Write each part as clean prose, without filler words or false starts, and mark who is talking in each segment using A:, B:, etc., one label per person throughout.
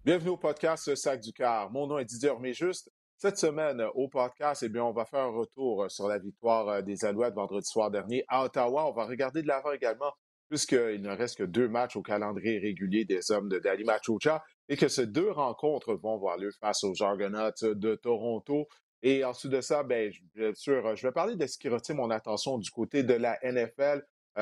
A: Bienvenue au podcast Le Sac du Car. Mon nom est Didier Orméjuste. Cette semaine, au podcast, on va faire un retour sur la victoire des Alouettes vendredi soir dernier à Ottawa. On va regarder de l'avant également, puisqu'il ne reste que 2 matchs au calendrier régulier des hommes de Dali Machocha et que ces 2 rencontres vont avoir lieu face aux Argonauts de Toronto. Et ensuite de ça, bien sûr, je vais parler de ce qui retient mon attention du côté de la NFL.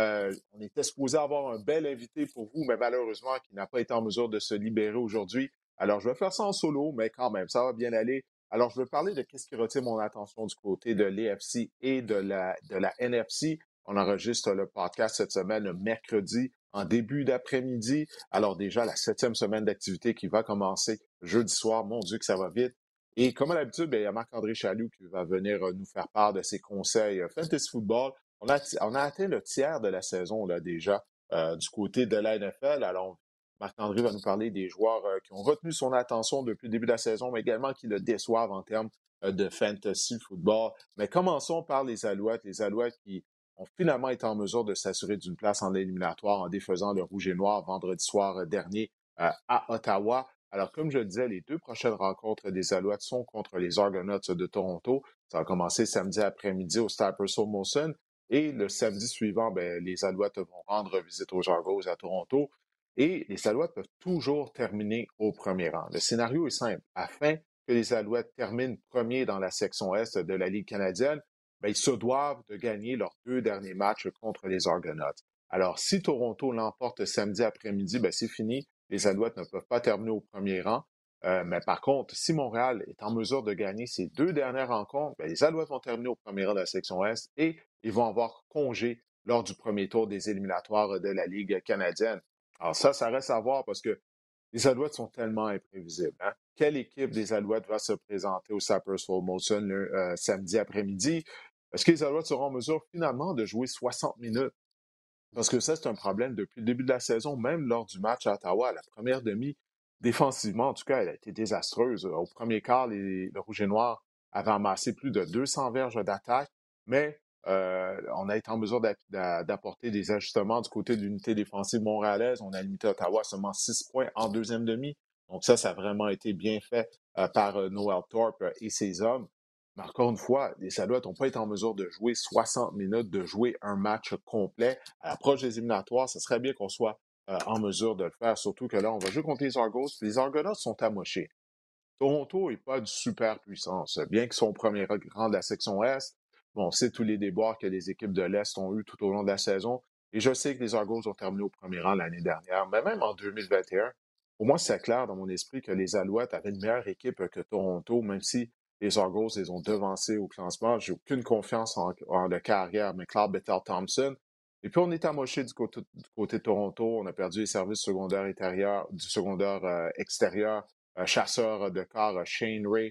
A: On était supposé avoir un bel invité pour vous, mais malheureusement, qui n'a pas été en mesure de se libérer aujourd'hui. Alors, je vais faire ça en solo, mais quand même, ça va bien aller. Alors, je vais parler de ce qui retient mon attention du côté de l'AFC et de la NFC. On enregistre le podcast cette semaine, mercredi, en début d'après-midi. Alors, déjà, la 7e semaine d'activité qui va commencer jeudi soir. Mon Dieu, que ça va vite. Et comme à l'habitude, il y a Marc-André Chaloux qui va venir nous faire part de ses conseils fantasy football. On a atteint le tiers de la saison là, déjà du côté de la NFL. Alors, Marc-André va nous parler des joueurs qui ont retenu son attention depuis le début de la saison, mais également qui le déçoivent en termes de fantasy football. Mais commençons par les Alouettes qui ont finalement été en mesure de s'assurer d'une place en éliminatoire en défaisant le rouge et noir vendredi soir dernier à Ottawa. Alors, comme je le disais, les 2 prochaines rencontres des Alouettes sont contre les Argonauts de Toronto. Ça va commencer samedi après-midi au Stade Russell Molson. Et le samedi suivant, les Alouettes vont rendre visite aux Argos à Toronto. Et les Alouettes peuvent toujours terminer au premier rang. Le scénario est simple. Afin que les Alouettes terminent premier dans la section Est de la Ligue canadienne, ils se doivent de gagner leurs 2 derniers matchs contre les Argonauts. Alors, si Toronto l'emporte samedi après-midi, c'est fini. Les Alouettes ne peuvent pas terminer au premier rang. Mais par contre, si Montréal est en mesure de gagner ses 2 dernières rencontres, les Alouettes vont terminer au premier rang de la section Est et ils vont avoir congé lors du premier tour des éliminatoires de la Ligue canadienne. Alors ça reste à voir parce que les Alouettes sont tellement imprévisibles. Hein? Quelle équipe des Alouettes va se présenter au Sappers Molson le samedi après-midi? Est-ce que les Alouettes seront en mesure finalement de jouer 60 minutes? Parce que ça, c'est un problème depuis le début de la saison, même lors du match à Ottawa, la première demi, défensivement, en tout cas, elle a été désastreuse. Au premier quart, le Rouge et Noir avait amassé plus de 200 verges d'attaque, mais on a été en mesure d'apporter des ajustements du côté de l'unité défensive montréalaise. On a limité Ottawa à seulement 6 points en deuxième demi. Donc ça a vraiment été bien fait par Noel Thorpe et ses hommes. Mais encore une fois, les Alouettes n'ont pas été en mesure de jouer 60 minutes, de jouer un match complet. À l'approche des éliminatoires, ce serait bien qu'on soit en mesure de le faire, surtout que là, on va jouer contre les Argos. Les Argonauts sont amochés. Toronto n'est pas de super puissance. Bien qu'ils sont au premier rang de la section Est, on sait tous les déboires que les équipes de l'Est ont eu tout au long de la saison. Et je sais que les Argos ont terminé au premier rang l'année dernière, mais même en 2021, pour moi, c'est clair dans mon esprit que les Alouettes avaient une meilleure équipe que Toronto, même si les Argos les ont devancés au classement. J'ai aucune confiance en le carrière McLeod Bethel-Thompson. Et puis, on est amoché du côté de Toronto. On a perdu les services secondaires intérieurs, du secondaire extérieur, chasseur de corps Shane Ray.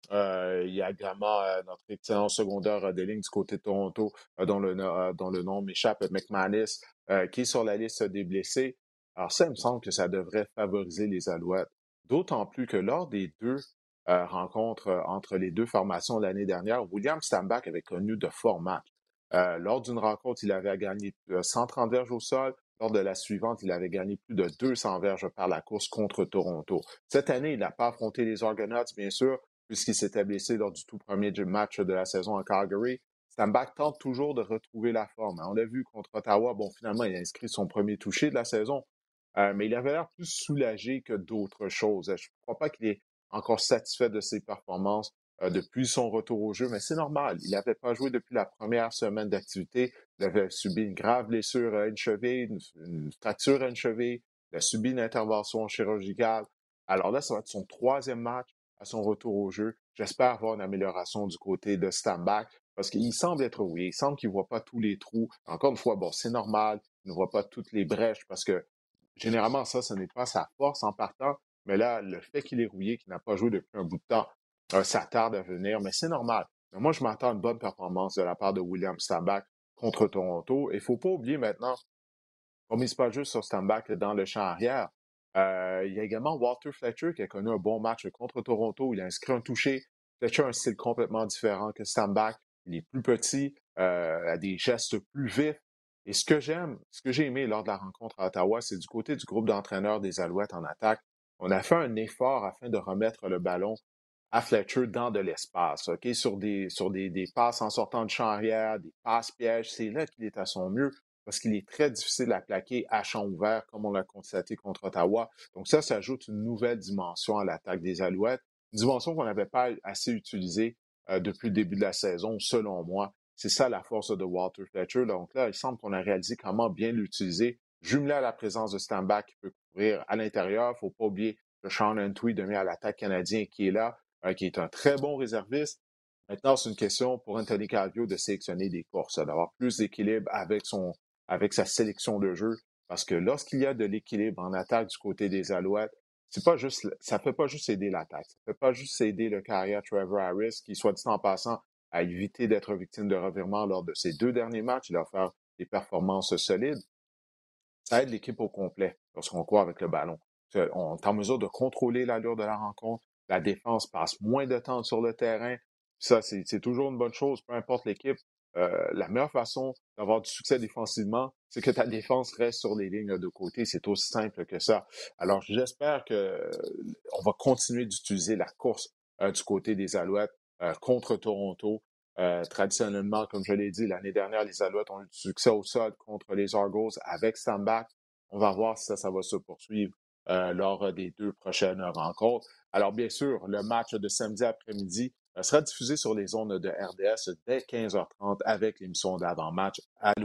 A: Il y a également notre excellent secondaire de ligne du côté de Toronto, dont le nom m'échappe, McManus, qui est sur la liste des blessés. Alors ça, il me semble que ça devrait favoriser les Alouettes. D'autant plus que lors des 2 rencontres entre les 2 formations l'année dernière, William Stanback avait connu de forts matchs. Lors d'une rencontre, il avait gagné 130 verges au sol. Lors de la suivante, il avait gagné plus de 200 verges par la course contre Toronto. Cette année, il n'a pas affronté les Argonauts, bien sûr, puisqu'il s'était blessé lors du tout premier match de la saison à Calgary. Stanback tente toujours de retrouver la forme. On l'a vu contre Ottawa. Bon, finalement, il a inscrit son premier touché de la saison, mais il avait l'air plus soulagé que d'autres choses. Je ne crois pas qu'il est encore satisfait de ses performances depuis son retour au jeu, mais c'est normal. Il n'avait pas joué depuis la première semaine d'activité. Il avait subi une grave blessure à une cheville, une fracture à une cheville. Il a subi une intervention chirurgicale. Alors là, ça va être son 3e match à son retour au jeu. J'espère avoir une amélioration du côté de Stanback parce qu'il semble être rouillé. Il semble qu'il ne voit pas tous les trous. Encore une fois, bon, c'est normal. Il ne voit pas toutes les brèches parce que généralement, ça, ce n'est pas sa force en partant. Mais là, le fait qu'il est rouillé, qu'il n'a pas joué depuis un bout de temps, ça tarde à venir, mais c'est normal. Mais moi, je m'attends à une bonne performance de la part de William Stanback contre Toronto. Et il ne faut pas oublier maintenant qu'on ne mise pas juste sur Stanback dans le champ arrière. Il y a également Walter Fletcher qui a connu un bon match contre Toronto. Il a inscrit un touché. Fletcher a un style complètement différent que Stanback. Il est plus petit, a des gestes plus vifs. Et ce que j'ai aimé lors de la rencontre à Ottawa, c'est du côté du groupe d'entraîneurs des Alouettes en attaque. on a fait un effort afin de remettre le ballon à Fletcher dans de l'espace, OK? Sur des passes en sortant de champ arrière, des passes pièges, c'est là qu'il est à son mieux parce qu'il est très difficile à plaquer à champ ouvert, comme on l'a constaté contre Ottawa. Donc ça ajoute une nouvelle dimension à l'attaque des Alouettes, une dimension qu'on n'avait pas assez utilisée depuis le début de la saison, selon moi. C'est ça la force de Walter Fletcher. Donc là, il semble qu'on a réalisé comment bien l'utiliser, jumelé à la présence de Stambach qui peut couvrir à l'intérieur. Il ne faut pas oublier que Sean Antwi, demi à l'attaque canadien, qui est là, qui est un très bon réserviste. Maintenant, c'est une question pour Anthony Calvillo de sélectionner des courses, d'avoir plus d'équilibre avec sa sélection de jeu. Parce que lorsqu'il y a de l'équilibre en attaque du côté des Alouettes, ça ne fait pas juste aider l'attaque. Ça ne fait pas juste aider le carrière Trevor Harris, qui, soit dit en passant, a évité d'être victime de revirement lors de ses 2 derniers matchs. Il a fait des performances solides. Ça aide l'équipe au complet lorsqu'on court avec le ballon. On est en mesure de contrôler l'allure de la rencontre. La défense passe moins de temps sur le terrain. Ça, c'est toujours une bonne chose, peu importe l'équipe. La meilleure façon d'avoir du succès défensivement, c'est que ta défense reste sur les lignes de côté. C'est aussi simple que ça. Alors, j'espère qu'on va continuer d'utiliser la course du côté des Alouettes contre Toronto. Traditionnellement, comme je l'ai dit, l'année dernière, les Alouettes ont eu du succès au sol contre les Argos avec Stambach. On va voir si ça va se poursuivre lors des 2 prochaines rencontres. Alors, bien sûr, le match de samedi après-midi sera diffusé sur les ondes de RDS dès 15h30 avec l'émission d'avant-match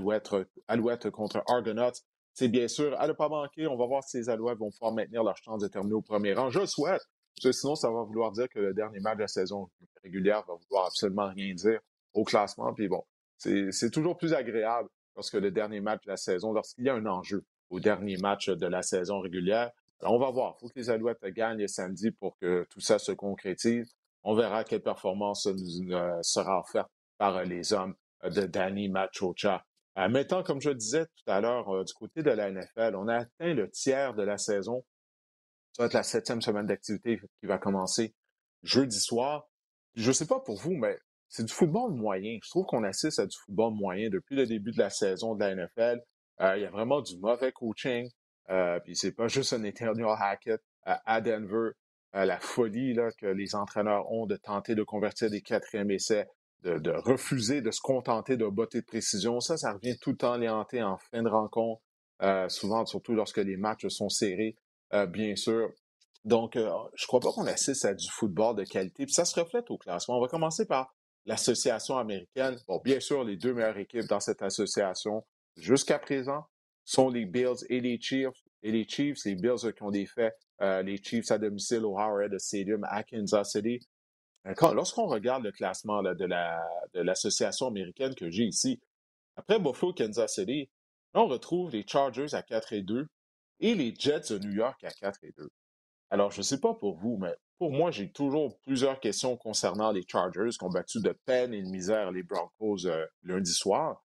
A: Alouettes contre Argonauts. C'est bien sûr à ne pas manquer. On va voir si les Alouettes vont pouvoir maintenir leur chance de terminer au premier rang. Je le souhaite, parce que sinon, ça va vouloir dire que le dernier match de la saison régulière va vouloir absolument rien dire au classement. Puis bon, c'est toujours plus agréable lorsque le dernier match de la saison, lorsqu'il y a un enjeu au dernier match de la saison régulière. Alors, on va voir. Il faut que les Alouettes gagnent samedi pour que tout ça se concrétise. On verra quelle performance nous sera offerte par les hommes de Danny Machocha. Maintenant, comme je disais tout à l'heure, du côté de la NFL, on a atteint le tiers de la saison. Ça va être la 7e semaine d'activité qui va commencer jeudi soir. Je ne sais pas pour vous, mais c'est du football moyen. Je trouve qu'on assiste à du football moyen depuis le début de la saison de la NFL. Il y a vraiment du mauvais coaching. Puis c'est pas juste un Nathaniel Hackett à Denver. La folie là, que les entraîneurs ont de tenter de convertir des 4e essais, de refuser de se contenter d'un botté de précision. Ça revient tout le temps les hanter en fin de rencontre. Souvent, surtout lorsque les matchs sont serrés. Bien sûr. Donc, je crois pas qu'on assiste à du football de qualité. Puis ça se reflète au classement. On va commencer par l'association américaine. Bon, bien sûr, les 2 meilleures équipes dans cette association, jusqu'à présent, sont les Bills et les Chiefs. Et les Chiefs, les Bills qui ont des faits, les Chiefs à domicile au Arrowhead Stadium à Kansas City. Lorsqu'on regarde le classement là, de l'association américaine que j'ai ici, après Buffalo, Kansas City, là, on retrouve les Chargers à 4-2 et les Jets de New York à 4-2. Alors, je ne sais pas pour vous, mais pour moi, j'ai toujours plusieurs questions concernant les Chargers qui ont battu de peine et de misère les Broncos lundi soir.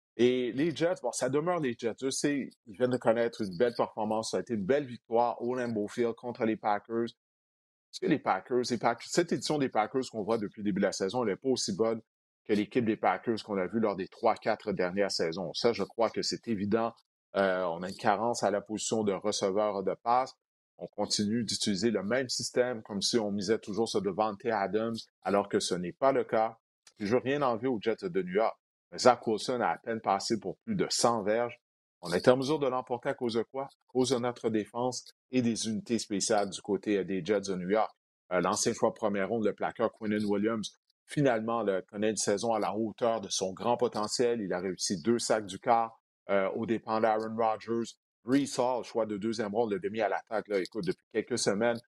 A: Et les Jets, bon, ça demeure les Jets. Je sais, ils viennent de connaître une belle performance. Ça a été une belle victoire au Lambeau Field contre les Packers. Est-ce que cette édition des Packers qu'on voit depuis le début de la saison, elle n'est pas aussi bonne que l'équipe des Packers qu'on a vue lors des 3-4 dernières saisons? Ça, je crois que c'est évident. On a une carence à la position de receveur de passe. On continue d'utiliser le même système comme si on misait toujours sur Davante Adams, alors que ce n'est pas le cas. Puis je veux rien enlever aux Jets de New York. Mais Zach Wilson a à peine passé pour plus de 100 verges. On a été en mesure de l'emporter à cause de quoi? À cause de notre défense et des unités spéciales du côté des Jets de New York. L'ancien choix de première ronde, le plaqueur Quinnen Williams, finalement connaît une saison à la hauteur de son grand potentiel. Il a réussi 2 sacs du quart aux dépens d'Aaron Rodgers. Brees Hall, choix de 2e ronde, le demi à l'attaque. Là, écoute, depuis quelques semaines,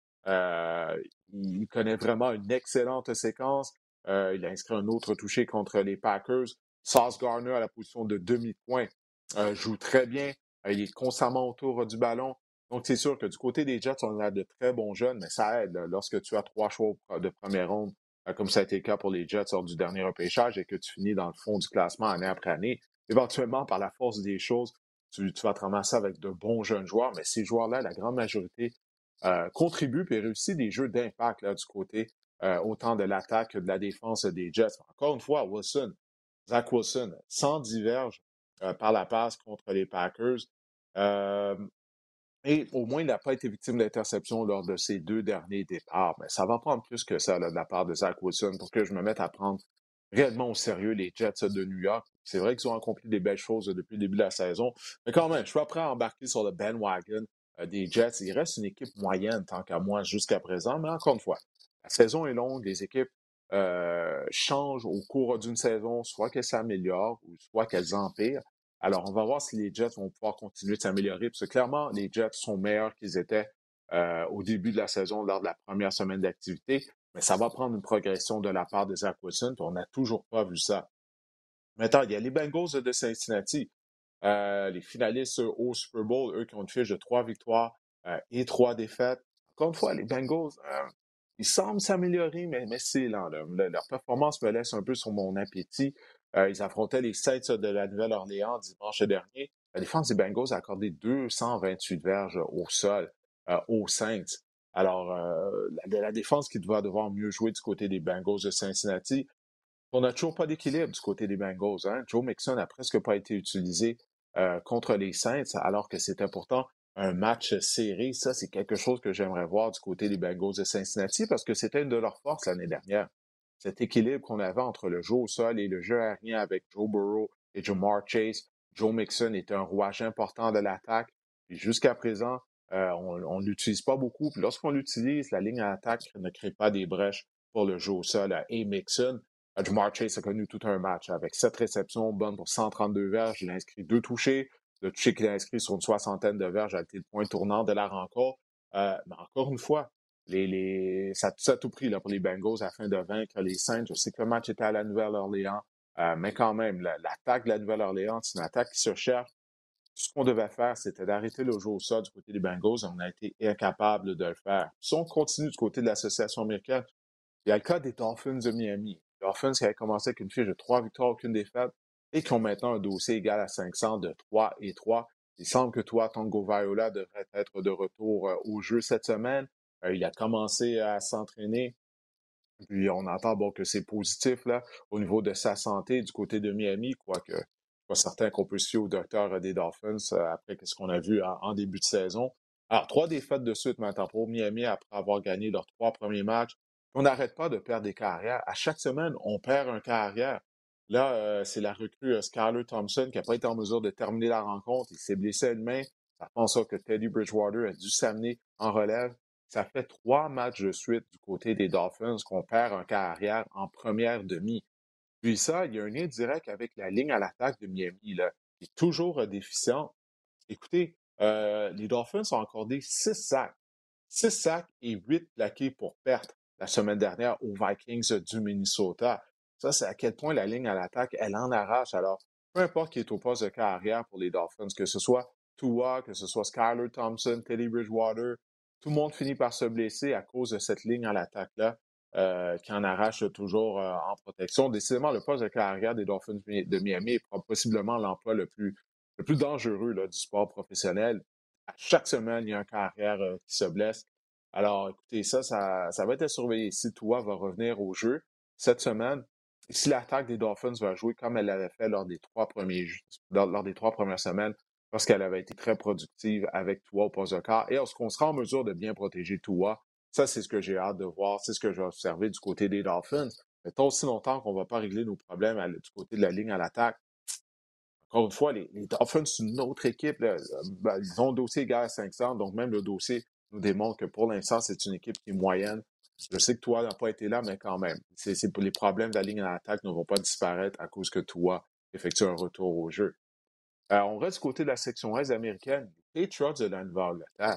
A: il connaît vraiment une excellente séquence. Il a inscrit un autre touché contre les Packers. Sauce Gardner à la position de demi-point joue très bien. Il est constamment autour du ballon. Donc, c'est sûr que du côté des Jets, on a de très bons jeunes, mais ça aide là, lorsque tu as 3 choix de première ronde, comme ça a été le cas pour les Jets lors du dernier repêchage et que tu finis dans le fond du classement année après année. Éventuellement, par la force des choses, tu vas te ramasser avec de bons jeunes joueurs, mais ces joueurs-là, la grande majorité, contribuent et réussissent des jeux d'impact là, du côté autant de l'attaque que de la défense des Jets. Encore une fois, Zach Wilson, 110 verges par la passe contre les Packers. Euh, Et au moins, il n'a pas été victime d'interception lors de ses 2 derniers départs. Mais ça va prendre plus que ça là, de la part de Zach Wilson pour que je me mette à prendre réellement au sérieux les Jets de New York. C'est vrai qu'ils ont accompli des belles choses depuis le début de la saison, mais quand même, je suis pas prêt à embarquer sur le bandwagon des Jets. Il reste une équipe moyenne, tant qu'à moi, jusqu'à présent, mais encore une fois, la saison est longue, les équipes changent au cours d'une saison, soit qu'elles s'améliorent ou soit qu'elles empirent. Alors, on va voir si les Jets vont pouvoir continuer de s'améliorer, parce que clairement, les Jets sont meilleurs qu'ils étaient au début de la saison lors de la première semaine d'activité, mais ça va prendre une progression de la part de Zach Wilson, puis on n'a toujours pas vu ça. Maintenant, il y a les Bengals de Cincinnati, les finalistes au Super Bowl, eux qui ont une fiche de 3 victoires et 3 défaites. Encore une fois, les Bengals, ils semblent s'améliorer, mais c'est lent. Leur performance me laisse un peu sur mon appétit. Ils affrontaient les Saints de la Nouvelle-Orléans dimanche dernier. La défense des Bengals a accordé 228 verges au sol aux Saints. Alors, la défense qui va devoir mieux jouer du côté des Bengals de Cincinnati. On n'a toujours pas d'équilibre du côté des Bengals. Hein? Joe Mixon n'a presque pas été utilisé contre les Saints, alors que c'était pourtant un match serré. Ça, c'est quelque chose que j'aimerais voir du côté des Bengals de Cincinnati parce que c'était une de leurs forces l'année dernière. Cet équilibre qu'on avait entre le jeu au sol et le jeu aérien avec Joe Burrow et Jamar Chase. Joe Mixon était un rouage important de l'attaque. Puis jusqu'à présent, on ne l'utilise pas beaucoup. Puis lorsqu'on l'utilise, la ligne à attaque ne crée pas des brèches pour le jeu au sol à A. Mixon. Jamar Chase a connu tout un match avec 7 réceptions, bonne pour 132 verges. Il a inscrit 2 touchés. Le touché qu'il a inscrit sur une soixantaine de verges a été le point tournant de la rencontre. Mais encore une fois, ça a tout pris là, pour les Bengals afin de vaincre les Saints. Je sais que le match était à la Nouvelle-Orléans, mais quand même, l'attaque de la Nouvelle-Orléans, c'est une attaque qui se cherche. Tout ce qu'on devait faire, c'était d'arrêter le jeu au sol du côté des Bengals. On a été incapable de le faire. Si on continue du côté de l'association américaine, il y a le cas des Dolphins de Miami. Les Dolphins qui avaient commencé avec une fiche de 3 victoires, aucune défaite, et qui ont maintenant un dossier égal à 500 de 3-3. Il semble que toi, Tongo Viola devrait être de retour au jeu cette semaine. Il a commencé à s'entraîner. Puis on entend bon, que c'est positif là, au niveau de sa santé du côté de Miami, quoique je suis pas certain qu'on peut se fier au docteur des Dolphins après ce qu'on a vu en début de saison. Alors, 3 défaites de suite maintenant pour Miami après avoir gagné leurs 3 premiers matchs. On n'arrête pas de perdre des carrières. À chaque semaine, on perd un carrière. Là, c'est la recrue Skylar Thompson qui n'a pas été en mesure de terminer la rencontre. Il s'est blessé à une main. Ça fait en sorte que Teddy Bridgewater a dû s'amener en relève. Ça fait 3 matchs de suite du côté des Dolphins qu'on perd un carrière en première demi. Puis ça, il y a un lien direct avec la ligne à l'attaque de Miami, là, qui est toujours déficiente. Écoutez, les Dolphins ont accordé 6 sacs. 6 sacs et 8 plaqués pour perte la semaine dernière aux Vikings du Minnesota. Ça, c'est à quel point la ligne à l'attaque, elle en arrache. Alors, peu importe qui est au poste de carrière pour les Dolphins, que ce soit Tua, que ce soit Skylar Thompson, Teddy Bridgewater, tout le monde finit par se blesser à cause de cette ligne à l'attaque-là qui en arrache toujours en protection. Décidément, le poste de carrière des Dolphins de Miami est possiblement l'emploi le plus dangereux là, du sport professionnel. À chaque semaine, il y a un carrière qui se blesse. Alors, écoutez, ça va être à surveiller. Si Tua va revenir au jeu cette semaine, et si l'attaque des Dolphins va jouer comme elle l'avait fait lors des 3 premières semaines, parce qu'elle avait été très productive avec Tua au poste de quart, et est-ce qu'on sera en mesure de bien protéger Tua? Ça, c'est ce que j'ai hâte de voir. C'est ce que j'ai observé du côté des Dolphins. Mais tant aussi longtemps qu'on ne va pas régler nos problèmes du côté de la ligne à l'attaque, encore une fois, les Dolphins, c'est une autre équipe. Là. Ben, ils ont un dossier égal à 500, donc même le dossier nous démontre que pour l'instant, c'est une équipe qui est moyenne. Je sais que toi n'a pas été là, mais quand même. C'est pour les problèmes de la ligne à l'attaque ne vont pas disparaître à cause que toi effectue un retour au jeu. On reste du côté de la section Est américaine. Les Patriots de la Nouvelle-Angleterre.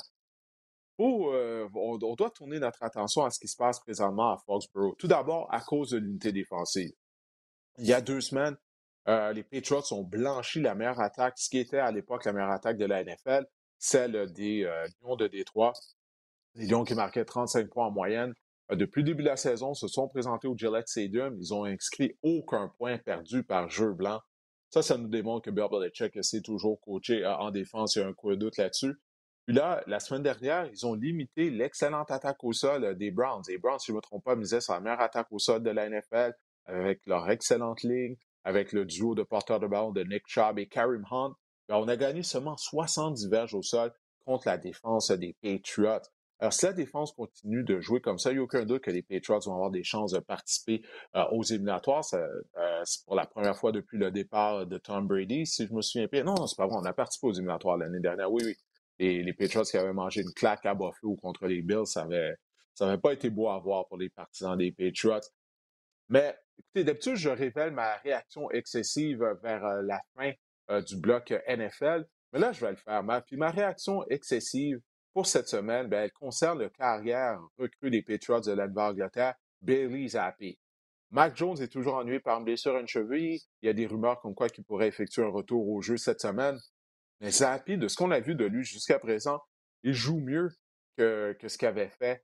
A: On doit tourner notre attention à ce qui se passe présentement à Foxborough. Tout d'abord, à cause de l'unité défensive. Il y a 2 semaines, les Patriots ont blanchi la meilleure attaque, ce qui était à l'époque la meilleure attaque de la NFL, celle des Lions de Détroit. Les Lions qui marquaient 35 points en moyenne. Depuis le début de la saison, se sont présentés au Gillette Stadium. Ils ont inscrit aucun point perdu par jeu blanc. Ça nous démontre que Bill Belichick sait toujours coacher en défense. Il y a un coup de doute là-dessus. Puis là, la semaine dernière, ils ont limité l'excellente attaque au sol des Browns. Les Browns, si je ne me trompe pas, misaient sur la meilleure attaque au sol de la NFL avec leur excellente ligne, avec le duo de porteurs de ballon de Nick Chubb et Kareem Hunt. Ben, on a gagné seulement 70 verges au sol contre la défense des Patriots. Alors, si la défense continue de jouer comme ça, il n'y a aucun doute que les Patriots vont avoir des chances de participer aux éliminatoires. C'est pour la première fois depuis le départ de Tom Brady, si je me souviens bien. Non, c'est pas vrai, on a participé aux éliminatoires l'année dernière. Oui, oui. Et les Patriots qui avaient mangé une claque à Buffalo contre les Bills, ça avait pas été beau à voir pour les partisans des Patriots. Mais écoutez, d'habitude, je révèle ma réaction excessive vers la fin du bloc NFL. Mais là, je vais le faire. Puis ma réaction excessive pour cette semaine, ben, elle concerne le carrière recrue des Patriots de la Nouvelle-Angleterre, Bailey Zappi. Mac Jones est toujours ennuyé par une blessure à une cheville. Il y a des rumeurs comme quoi qu'il pourrait effectuer un retour au jeu cette semaine. Mais Zappi, de ce qu'on a vu de lui jusqu'à présent, il joue mieux que ce qu'avait fait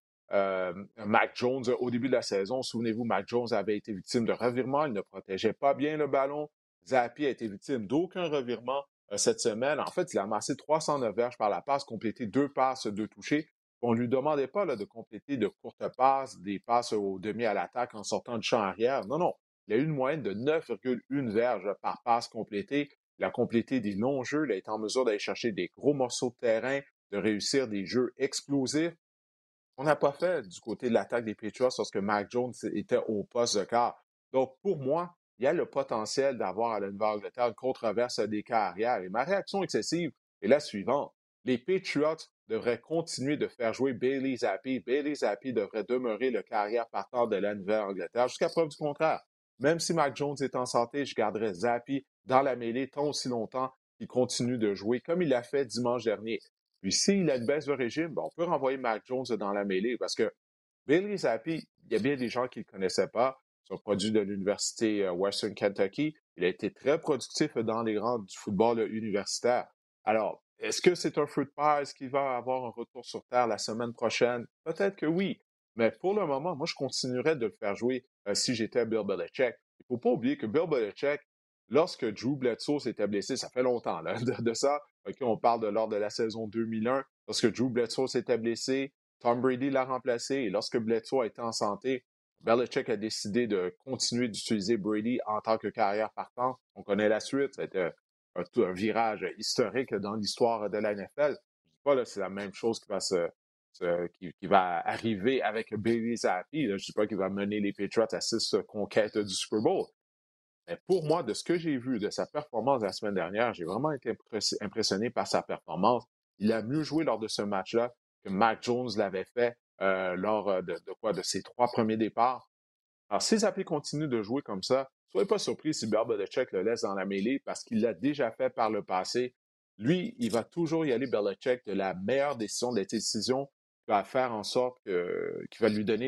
A: Mac Jones au début de la saison. Souvenez-vous, Mac Jones avait été victime de revirement. Il ne protégeait pas bien le ballon. Zappi a été victime d'aucun revirement cette semaine. En fait, il a amassé 309 verges par la passe, complété 2 passes, 2 touchés. On ne lui demandait pas là, de compléter de courtes passes, des passes au demi à l'attaque en sortant du champ arrière. Non, non. Il a eu une moyenne de 9,1 verges par passe complétée. Il a complété des longs jeux, il a été en mesure d'aller chercher des gros morceaux de terrain, de réussir des jeux explosifs. On n'a pas fait du côté de l'attaque des Patriots lorsque Mac Jones était au poste de quart. Donc, pour moi, il y a le potentiel d'avoir à la Nouvelle-Angleterre une controverse des carrières. Et ma réaction excessive est la suivante. Les Patriots devraient continuer de faire jouer Bailey Zappi. Bailey Zappi devrait demeurer le carrière partant de la Nouvelle-Angleterre jusqu'à preuve du contraire. Même si Mac Jones est en santé, je garderai Zappi dans la mêlée tant aussi longtemps qu'il continue de jouer comme il l'a fait dimanche dernier. Puis s'il a une baisse de régime, ben, on peut renvoyer Mac Jones dans la mêlée parce que Bailey Zappi, il y a bien des gens qui ne le connaissaient pas. C'est un produit de l'Université Western Kentucky. Il a été très productif dans les rangs du football universitaire. Alors, est-ce que c'est un feu de paille? Est-ce qu'il va avoir un retour sur Terre la semaine prochaine? Peut-être que oui. Mais pour le moment, moi, je continuerais de le faire jouer si j'étais Bill Belichick. Il ne faut pas oublier que Bill Belichick, lorsque Drew Bledsoe s'était blessé, ça fait longtemps là, de ça. Okay, on parle de lors de la saison 2001, lorsque Drew Bledsoe s'était blessé, Tom Brady l'a remplacé et lorsque Bledsoe a été en santé, Belichick a décidé de continuer d'utiliser Brady en tant que carrière partant. On connaît la suite. Ça a été un virage historique dans l'histoire de la NFL. Je ne dis pas que c'est la même chose qui va arriver avec Bailey Zappi. Je ne dis pas qu'il va mener les Patriots à 6 conquêtes du Super Bowl. Mais pour moi, de ce que j'ai vu de sa performance la semaine dernière, j'ai vraiment été impressionné par sa performance. Il a mieux joué lors de ce match-là que Mac Jones l'avait fait lors de ses 3 premiers départs. Alors, si Zappi continue de jouer comme ça, soyez pas surpris si Bill Belichick le laisse dans la mêlée parce qu'il l'a déjà fait par le passé. Lui, il va toujours y aller, Belichick, de la meilleure décision, de la décision qui va faire en sorte qu'il va lui donner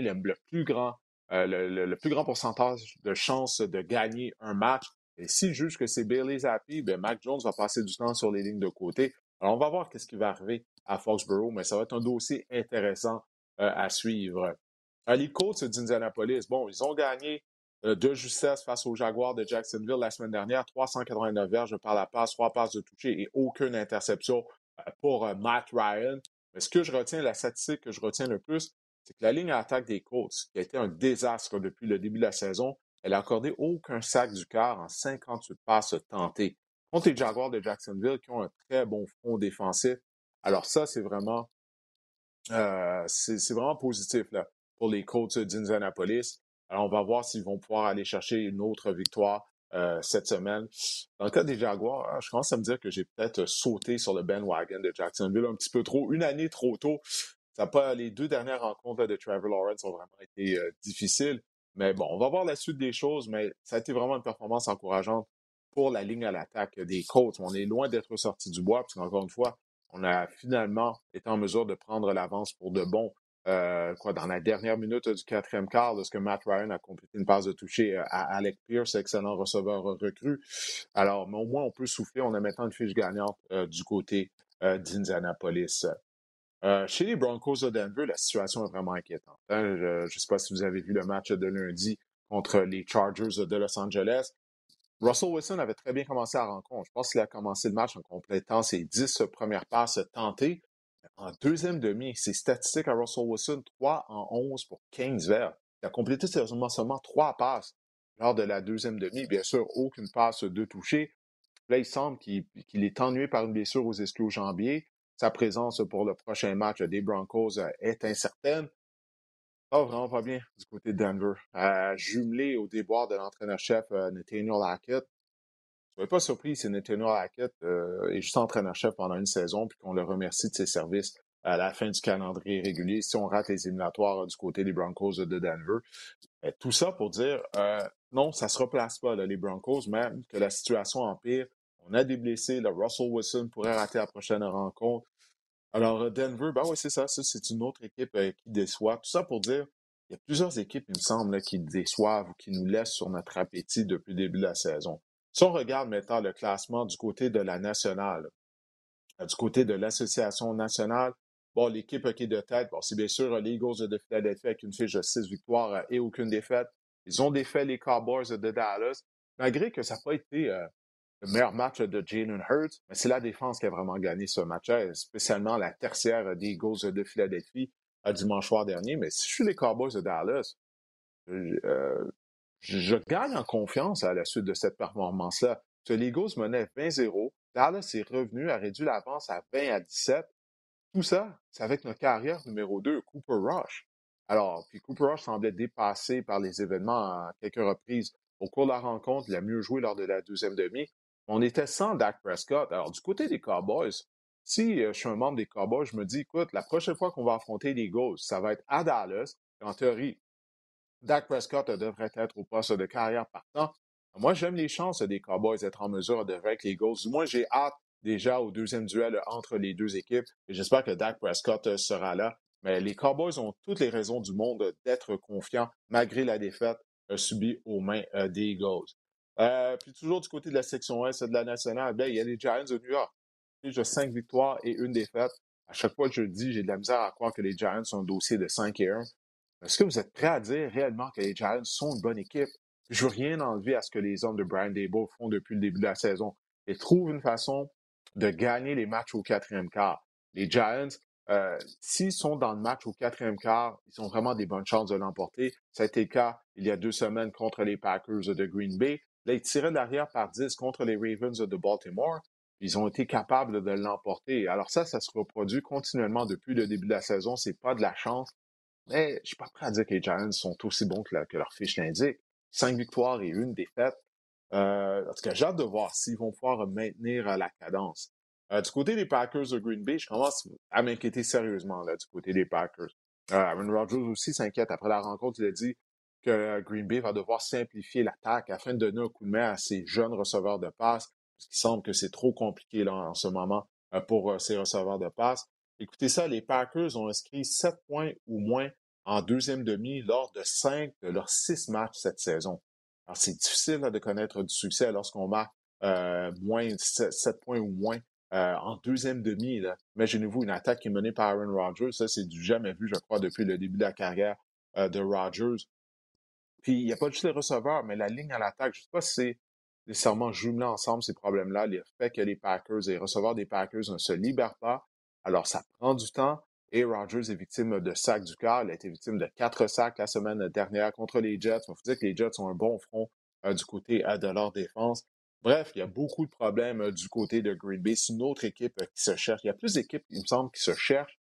A: le plus grand pourcentage de chances de gagner un match. Et s'il juge que c'est Bailey Zappi, ben Mac Jones va passer du temps sur les lignes de côté. Alors, on va voir ce qui va arriver à Foxborough, mais ça va être un dossier intéressant à suivre. Les Colts d'Indianapolis, bon, ils ont gagné de justesse face aux Jaguars de Jacksonville la semaine dernière, 389 verges par la passe, 3 passes de toucher et aucune interception pour Matt Ryan. Mais ce que je retiens, la statistique que je retiens le plus, c'est que la ligne à attaque des Colts, qui a été un désastre depuis le début de la saison, elle a accordé aucun sac du quart en 58 passes tentées. Contre les Jaguars de Jacksonville, qui ont un très bon front défensif. Alors ça, c'est vraiment positif là, pour les Colts d'Indianapolis. Alors, on va voir s'ils vont pouvoir aller chercher une autre victoire cette semaine. Dans le cas des Jaguars, je commence à me dire que j'ai peut-être sauté sur le bandwagon de Jacksonville un petit peu trop, une année trop tôt. Les 2 dernières rencontres là, de Trevor Lawrence ont vraiment été difficiles. Mais bon, on va voir la suite des choses, mais ça a été vraiment une performance encourageante pour la ligne à l'attaque des Colts. On est loin d'être sorti du bois, parce qu'encore une fois, on a finalement été en mesure de prendre l'avance pour de bon. Dans la dernière minute du 4e quart, lorsque Matt Ryan a complété une passe de toucher à Alec Pierce, excellent receveur recru. Alors, mais au moins, on peut souffler. On a maintenant une fiche gagnante du côté d'Indianapolis. Chez les Broncos de Denver, la situation est vraiment inquiétante. Hein. Je ne sais pas si vous avez vu le match de lundi contre les Chargers de Los Angeles. Russell Wilson avait très bien commencé la rencontre. Je pense qu'il a commencé le match en complétant ses 10 premières passes tentées. En deuxième demi, ses statistiques à Russell Wilson, 3 en 11 pour 15 verts. Il a complété seulement 3 passes lors de la deuxième demi. Bien sûr, aucune passe de toucher. Là, il semble qu'il est ennuyé par une blessure aux ischio-jambiers. sa présence pour le prochain match des Broncos est incertaine. Ça va vraiment pas bien du côté de Denver. Jumelé au déboire de l'entraîneur-chef Nathaniel Hackett. Je ne serais pas surpris si Nathaniel Hackett est juste entraîneur-chef pendant une saison puis qu'on le remercie de ses services à la fin du calendrier régulier si on rate les éliminatoires du côté des Broncos de Denver. Tout ça pour dire, non, ça ne se replace pas, là, les Broncos, même que la situation empire. On a des blessés. Là, Russell Wilson pourrait rater la prochaine rencontre. Alors, Denver, ben oui, c'est ça. Ça, c'est une autre équipe qui déçoit. Tout ça pour dire, il y a plusieurs équipes, il me semble, là, qui déçoivent ou qui nous laissent sur notre appétit depuis le début de la saison. Si on regarde maintenant le classement du côté de la nationale, du côté de l'association nationale, bon, l'équipe qui est de tête, bon, c'est bien sûr les Eagles de Philadelphie avec une fiche de 6 victoires et aucune défaite. Ils ont défait les Cowboys de Dallas, malgré que ça n'a pas été le meilleur match de Jalen Hurts, mais c'est la défense qui a vraiment gagné ce match-là, spécialement la tertiaire des Eagles de Philadelphie dimanche soir dernier. Mais si je suis les Cowboys de Dallas, euh, je gagne en confiance à la suite de cette performance-là. Parce que les Eagles menaient 20-0. Dallas est revenu, a réduit l'avance à 20-17. Tout ça, c'est avec notre carrière numéro 2, Cooper Rush. Alors, puis Cooper Rush semblait dépassé par les événements à quelques reprises. Au cours de la rencontre, il a mieux joué lors de la deuxième demi. On était sans Dak Prescott. Alors, du côté des Cowboys, si je suis un membre des Cowboys, je me dis, écoute, la prochaine fois qu'on va affronter les Eagles, ça va être à Dallas. En théorie, Dak Prescott devrait être au poste de carrière partant. Moi, j'aime les chances des Cowboys d'être en mesure de vaincre les Eagles. Du moins, j'ai hâte déjà au deuxième duel entre les deux équipes. Et j'espère que Dak Prescott sera là. Mais les Cowboys ont toutes les raisons du monde d'être confiants malgré la défaite subie aux mains des Eagles. Puis toujours du côté de la section Est de la nationale, ben, il y a les Giants de New York. J'ai 5 victoires et une défaite. À chaque fois que je le dis, j'ai de la misère à croire que les Giants ont un dossier de 5-1. Est-ce que vous êtes prêt à dire réellement que les Giants sont une bonne équipe? Je veux rien enlever à ce que les hommes de Brian Daboll font depuis le début de la saison. Ils trouvent une façon de gagner les matchs au quatrième quart. Les Giants, s'ils sont dans le match au quatrième quart, ils ont vraiment des bonnes chances de l'emporter. Ça a été le cas il y a 2 semaines contre les Packers de Green Bay. Là, ils tiraient de l'arrière par 10 contre les Ravens de Baltimore. Ils ont été capables de l'emporter. Alors ça se reproduit continuellement depuis le début de la saison. C'est pas de la chance. Mais je suis pas prêt à dire que les Giants sont aussi bons que leur fiche l'indique. 5 victoires et une défaite. En tout cas, j'ai hâte de voir s'ils vont pouvoir maintenir la cadence. Du côté des Packers de Green Bay, je commence à m'inquiéter sérieusement là, du côté des Packers. Aaron Rodgers aussi s'inquiète. Après la rencontre, il a dit que Green Bay va devoir simplifier l'attaque afin de donner un coup de main à ses jeunes receveurs de passe, parce qu'il semble que c'est trop compliqué là, en ce moment pour ces receveurs de passe. Écoutez ça, les Packers ont inscrit 7 points ou moins en deuxième demi lors de 5 de leurs 6 matchs cette saison. Alors, c'est difficile là, de connaître du succès lorsqu'on marque moins 7 points ou moins en deuxième demi. Là. Imaginez-vous une attaque qui est menée par Aaron Rodgers. Ça, c'est du jamais vu, je crois, depuis le début de la carrière de Rodgers. Puis, il n'y a pas juste les receveurs, mais la ligne à l'attaque, je ne sais pas si c'est nécessairement jumelé ensemble ces problèmes-là, le fait que les Packers et les receveurs des Packers ne se libèrent pas. Alors, ça prend du temps. Et Rodgers est victime de sacs du corps. Il a été victime de 4 sacs la semaine dernière contre les Jets. Il faut dire que les Jets ont un bon front du côté de leur défense. Bref, il y a beaucoup de problèmes du côté de Green Bay. C'est une autre équipe qui se cherche. Il y a plus d'équipes, il me semble, qui se cherchent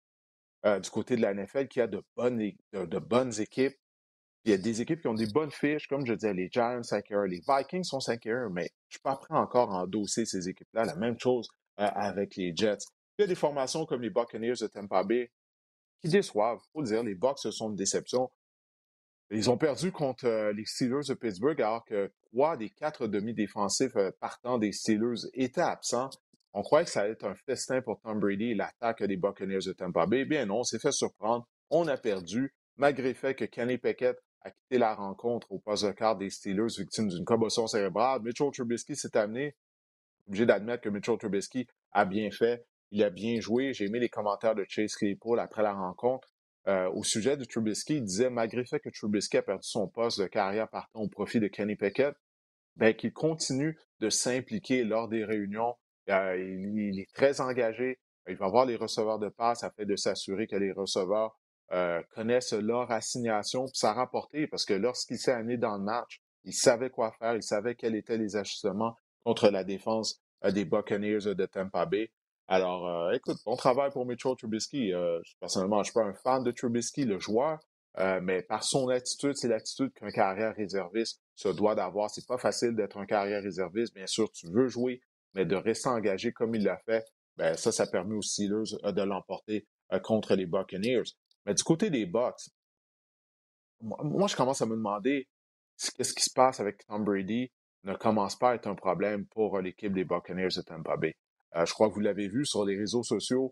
A: du côté de la NFL, qui a de bonnes équipes. Il y a des équipes qui ont des bonnes fiches, comme je disais, les Giants 5-1, les Vikings sont 5-1, mais je ne suis pas prêt encore à endosser ces équipes-là. La même chose avec les Jets. Il y a des formations comme les Buccaneers de Tampa Bay qui déçoivent. Il faut le dire, les Bucs, ce sont une déception. Ils ont perdu contre les Steelers de Pittsburgh alors que 3 des 4 demi-défensifs partant des Steelers étaient absents. On croyait que ça allait être un festin pour Tom Brady et l'attaque des Buccaneers de Tampa Bay. Bien non, on s'est fait surprendre. On a perdu, malgré le fait que Kenny Pickett a quitté la rencontre au poste de quart des Steelers, victime d'une commotion cérébrale. Mitchell Trubisky s'est amené. Obligé d'admettre que Mitchell Trubisky a bien fait. Il a bien joué. J'ai aimé les commentaires de Chase Claypool après la rencontre. Au sujet de Trubisky, il disait, malgré le fait que Trubisky a perdu son poste de carrière partant au profit de Kenny Pickett, ben, qu'il continue de s'impliquer lors des réunions. Il est très engagé. Il va voir les receveurs de passe afin de s'assurer que les receveurs connaissent leur assignation. Puis ça a rapporté parce que lorsqu'il s'est amené dans le match, il savait quoi faire, il savait quels étaient les ajustements contre la défense des Buccaneers de Tampa Bay. Alors, écoute, bon travail pour Mitchell Trubisky. Personnellement, je suis pas un fan de Trubisky, le joueur, mais par son attitude, c'est l'attitude qu'un carrière réserviste se doit d'avoir. C'est pas facile d'être un carrière réserviste. Bien sûr, tu veux jouer, mais de rester engagé comme il l'a fait, ben ça permet aux Steelers de l'emporter contre les Buccaneers. Mais du côté des Bucks, moi, je commence à me demander qu'est-ce qui se passe avec Tom Brady ne commence pas à être un problème pour l'équipe des Buccaneers de Tampa Bay. Je crois que vous l'avez vu sur les réseaux sociaux,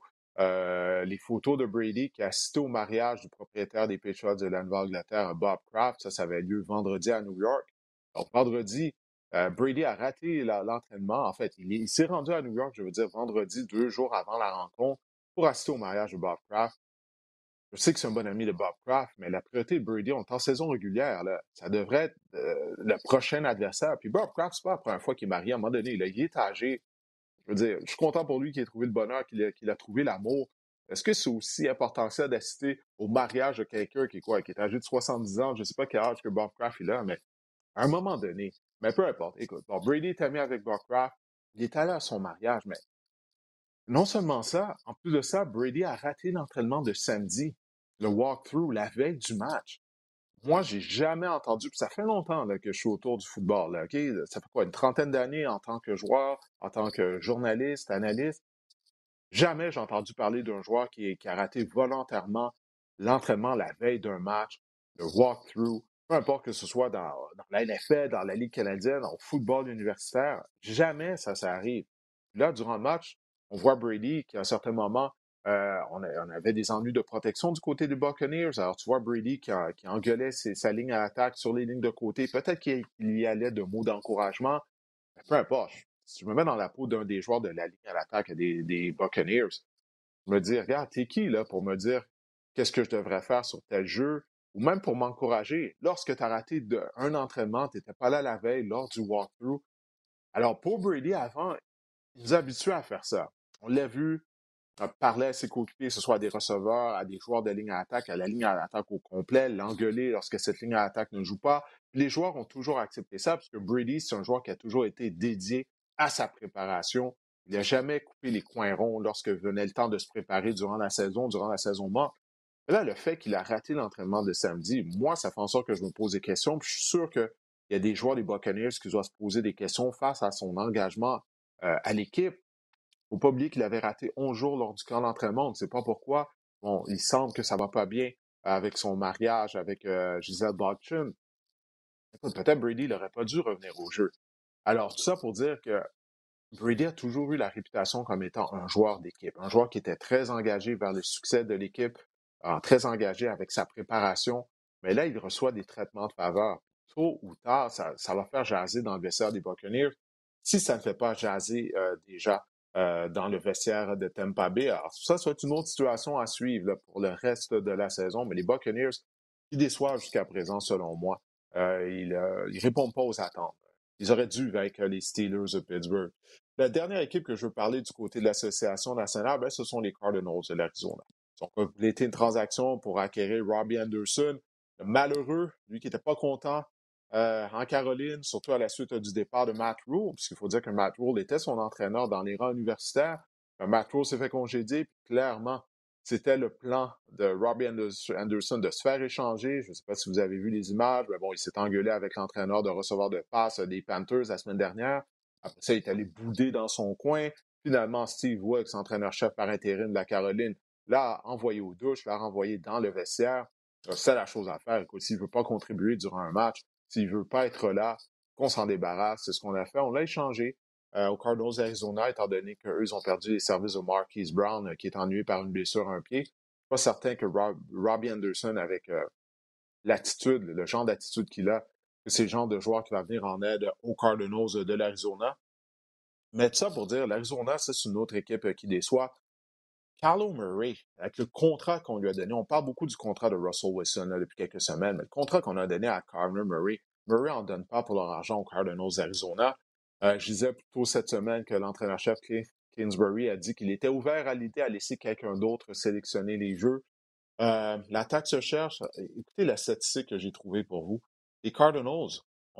A: les photos de Brady qui a assisté au mariage du propriétaire des Patriots de la Nouvelle-Angleterre, Bob Kraft. Ça avait lieu vendredi à New York. Donc, vendredi, Brady a raté l'entraînement. En fait, il s'est rendu à New York, je veux dire, vendredi, 2 jours avant la rencontre, pour assister au mariage de Bob Kraft. Je sais que c'est un bon ami de Bob Kraft, mais la priorité de Brady, on est en saison régulière, là. Ça devrait être le prochain adversaire. Puis Bob Kraft, c'est pas la première fois qu'il est marié. À un moment donné, il est âgé. Je veux dire, je suis content pour lui qu'il ait trouvé le bonheur, qu'il a trouvé l'amour. Est-ce que c'est aussi important que ça d'assister au mariage de quelqu'un qui est quoi, qui est âgé de 70 ans? Je ne sais pas quel âge que Bob Kraft il a, mais à un moment donné, mais peu importe. Écoute, bon, Brady est ami avec Bob Kraft. Il est allé à son mariage, mais non seulement ça, en plus de ça, Brady a raté l'entraînement de samedi, le walkthrough, la veille du match. Moi, j'ai jamais entendu, puis ça fait longtemps là, que je suis autour du football, là, OK? Ça fait quoi, une trentaine d'années en tant que joueur, en tant que journaliste, analyste. Jamais j'ai entendu parler d'un joueur qui a raté volontairement l'entraînement la veille d'un match, le walkthrough, peu importe que ce soit dans la NFL, dans la Ligue canadienne, au football universitaire, jamais ça arrive. Là, durant le match, on voit Brady qui, à un certain moment, on avait des ennuis de protection du côté des Buccaneers. Alors, tu vois Brady qui engueulait sa ligne à l'attaque sur les lignes de côté. Peut-être qu'il y allait de mots d'encouragement, mais peu importe. Si je me mets dans la peau d'un des joueurs de la ligne à l'attaque des Buccaneers, je me dis, regarde, t'es qui là pour me dire qu'est-ce que je devrais faire sur tel jeu ou même pour m'encourager. Lorsque tu as raté un entraînement, tu n'étais pas là la veille lors du walkthrough. Alors, pour Brady, avant, il nous habituait à faire ça. On l'a vu, parler à ses coéquipiers, que ce soit à des receveurs, à des joueurs de ligne à attaque, à la ligne à l'attaque au complet, l'engueuler lorsque cette ligne à attaque ne joue pas. Puis les joueurs ont toujours accepté ça parce que Brady, c'est un joueur qui a toujours été dédié à sa préparation. Il n'a jamais coupé les coins ronds lorsque venait le temps de se préparer durant la saison morte. Mais là, le fait qu'il a raté l'entraînement de samedi, moi, ça fait en sorte que je me pose des questions. Puis je suis sûr qu'il y a des joueurs des Buccaneers qui doivent se poser des questions face à son engagement à l'équipe. Faut pas oublier qu'il avait raté 11 jours lors du camp d'entraînement. On ne sait pas pourquoi. Bon, il semble que ça va pas bien avec son mariage avec Gisele Bündchen. Écoute, peut-être Brady n'aurait pas dû revenir au jeu. Alors, tout ça pour dire que Brady a toujours eu la réputation comme étant un joueur d'équipe, un joueur qui était très engagé vers le succès de l'équipe, très engagé avec sa préparation. Mais là, il reçoit des traitements de faveur. Tôt ou tard, ça va faire jaser dans le vestiaire des Buccaneers. Si ça ne fait pas jaser déjà dans le vestiaire de Tampa Bay, alors ça va être une autre situation à suivre là, pour le reste de la saison. Mais les Buccaneers, qui déçoivent jusqu'à présent, selon moi, ils répondent pas aux attentes. Ils auraient dû vaincre les Steelers de Pittsburgh. La dernière équipe que je veux parler du côté de l'Association nationale, ben, ce sont les Cardinals de l'Arizona. Ils ont complété une transaction pour acquérir Robbie Anderson, le malheureux, lui qui n'était pas content en Caroline, surtout à la suite du départ de Matt Rhule, puisqu'il faut dire que Matt Rhule était son entraîneur dans les rangs universitaires. Matt Rhule s'est fait congédier, puis clairement, c'était le plan de Robbie Anderson de se faire échanger. Je ne sais pas si vous avez vu les images, mais bon, il s'est engueulé avec l'entraîneur de receveur de passe des Panthers la semaine dernière. Après ça, il est allé bouder dans son coin. Finalement, Steve Wilkes, entraîneur-chef par intérim de la Caroline, l'a envoyé aux douches, l'a renvoyé dans le vestiaire. C'est la chose à faire. Écoute, s'il ne veut pas contribuer durant un match, s'il ne veut pas être là, qu'on s'en débarrasse. C'est ce qu'on a fait. On l'a échangé aux Cardinals d'Arizona, étant donné qu'eux, ils ont perdu les services de Marquise Brown, qui est ennuyé par une blessure à un pied. Je suis pas certain que Robbie Anderson, avec l'attitude, le genre d'attitude qu'il a, que c'est le genre de joueur qui va venir en aide aux Cardinals de l'Arizona. Mais tout ça pour dire, l'Arizona, c'est une autre équipe qui déçoit. Kyler Murray, avec le contrat qu'on lui a donné, on parle beaucoup du contrat de Russell Wilson là, depuis quelques semaines, mais le contrat qu'on a donné à Kyler Murray, Murray n'en donne pas pour leur argent aux Cardinals d'Arizona. Je disais plus tôt cette semaine que l'entraîneur-chef Cliff Kingsbury a dit qu'il était ouvert à l'idée à laisser quelqu'un d'autre sélectionner les jeux. L'attaque se cherche. Écoutez la statistique que j'ai trouvée pour vous. Les Cardinals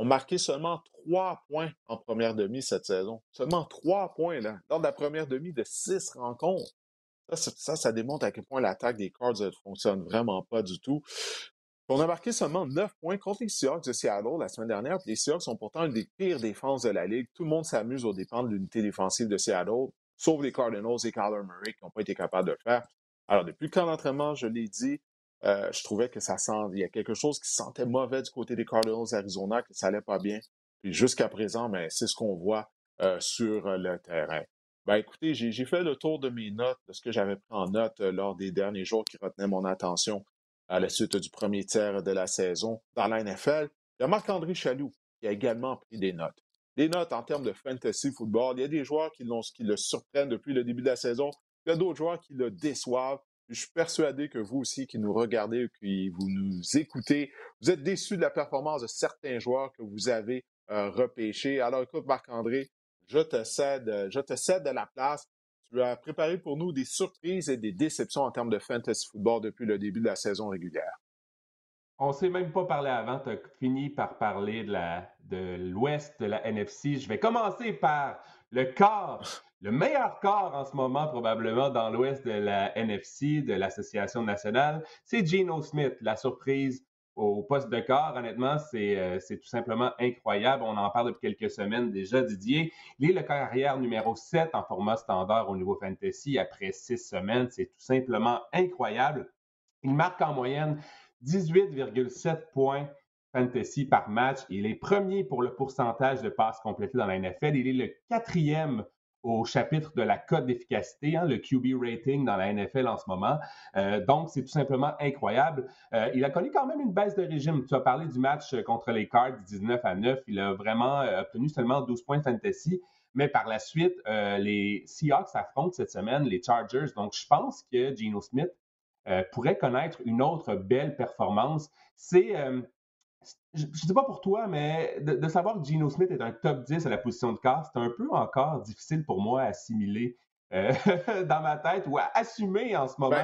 A: ont marqué seulement 3 points en première demi cette saison. Seulement 3 points, là, lors de la première demi de 6 rencontres. Ça démontre à quel point l'attaque des Cards ne fonctionne vraiment pas du tout. On a marqué seulement 9 points contre les Seahawks de Seattle la semaine dernière. Puis les Seahawks sont pourtant une des pires défenses de la Ligue. Tout le monde s'amuse aux dépens de l'unité défensive de Seattle, sauf les Cardinals et Kyler Murray qui n'ont pas été capables de le faire. Alors, depuis le camp d'entraînement, je l'ai dit, je trouvais que il y a quelque chose qui sentait mauvais du côté des Cardinals d'Arizona, que ça allait pas bien. Puis jusqu'à présent, ben, c'est ce qu'on voit sur le terrain. Ben, écoutez, j'ai fait le tour de mes notes, de ce que j'avais pris en note lors des derniers jours qui retenaient mon attention à la suite du premier tiers de la saison dans la NFL. Il y a Marc-André Chaloux qui a également pris des notes. Des notes en termes de fantasy football. Il y a des joueurs qui le surprennent depuis le début de la saison. Il y a d'autres joueurs qui le déçoivent. Je suis persuadé que vous aussi qui nous regardez, qui vous nous écoutez, vous êtes déçus de la performance de certains joueurs que vous avez repêchés. Alors écoute, Marc-André, je te cède de la place. Tu as préparé pour nous des surprises et des déceptions en termes de fantasy football depuis le début de la saison régulière.
B: On ne s'est même pas parlé avant. Tu as fini par parler de l'Ouest de la NFC. Je vais commencer par le meilleur quart en ce moment probablement dans l'Ouest de la NFC, de l'Association nationale. C'est Geno Smith, la surprise au poste de quart. Honnêtement, c'est tout simplement incroyable. On en parle depuis quelques semaines déjà, Didier. Il est le quart arrière numéro 7 en format standard au niveau fantasy après 6 semaines. C'est tout simplement incroyable. Il marque en moyenne 18,7 points fantasy par match. Il est premier pour le pourcentage de passes complétées dans la NFL. Il est le 4e au chapitre de la cote d'efficacité, le QB rating dans la NFL en ce moment. Donc, c'est tout simplement incroyable. Il a connu quand même une baisse de régime. Tu as parlé du match contre les Cards 19-9. Il a vraiment obtenu seulement 12 points fantasy. Mais par la suite, les Seahawks affrontent cette semaine les Chargers. Donc, je pense que Geno Smith pourrait connaître une autre belle performance. Je ne sais pas pour toi, mais de savoir que Geno Smith est un top 10 à la position de quart, c'est un peu encore difficile pour moi à assimiler dans ma tête ou à assumer en ce moment.
A: Ben,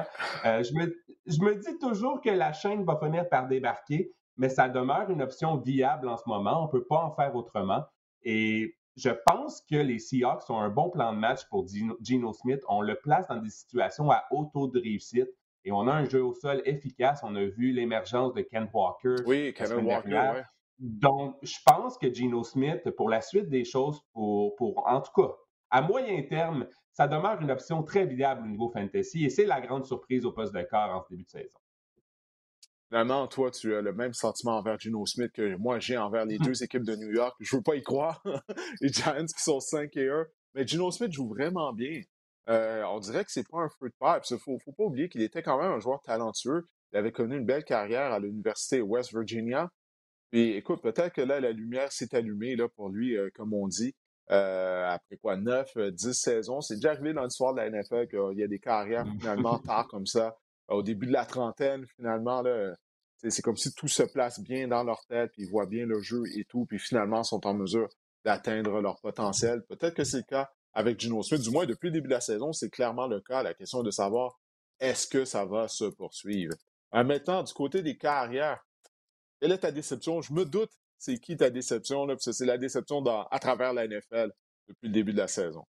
B: Je me dis toujours que la chaîne va finir par débarquer, mais ça demeure une option viable en ce moment. On ne peut pas en faire autrement. Et je pense que les Seahawks ont un bon plan de match pour Geno Smith. On le place dans des situations à haut taux de réussite. Et on a un jeu au sol efficace. On a vu l'émergence de Ken Walker
A: oui,
B: la
A: Kevin
B: semaine
A: Walker,
B: dernière.
A: ouais.
B: Donc, je pense que Geno Smith, pour la suite des choses, en tout cas, à moyen terme, ça demeure une option très viable au niveau fantasy et c'est la grande surprise au poste de quart en ce début de saison.
A: Finalement, toi, tu as le même sentiment envers Geno Smith que moi, j'ai envers les deux équipes de New York. Je veux pas y croire. Les Giants qui sont 5-1. Mais Geno Smith joue vraiment bien. On dirait que c'est pas un feu de paille. Faut pas oublier qu'il était quand même un joueur talentueux. Il avait connu une belle carrière à l'Université West Virginia. Puis écoute, peut-être que là, la lumière s'est allumée là, pour lui, comme on dit. Après quoi, 9, 10 saisons. C'est déjà arrivé dans l'histoire de la NFL qu'il y a des carrières finalement tard comme ça, au début de la trentaine, finalement, là, c'est comme si tout se place bien dans leur tête, puis ils voient bien le jeu et tout, puis finalement sont en mesure d'atteindre leur potentiel. Peut-être que c'est le cas avec Geno Smith. Du moins, depuis le début de la saison, c'est clairement le cas. La question est de savoir est-ce que ça va se poursuivre. Maintenant, du côté des carrières, quelle est ta déception? Je me doute c'est qui ta déception, là, parce que c'est la déception à travers la NFL depuis le début de la saison.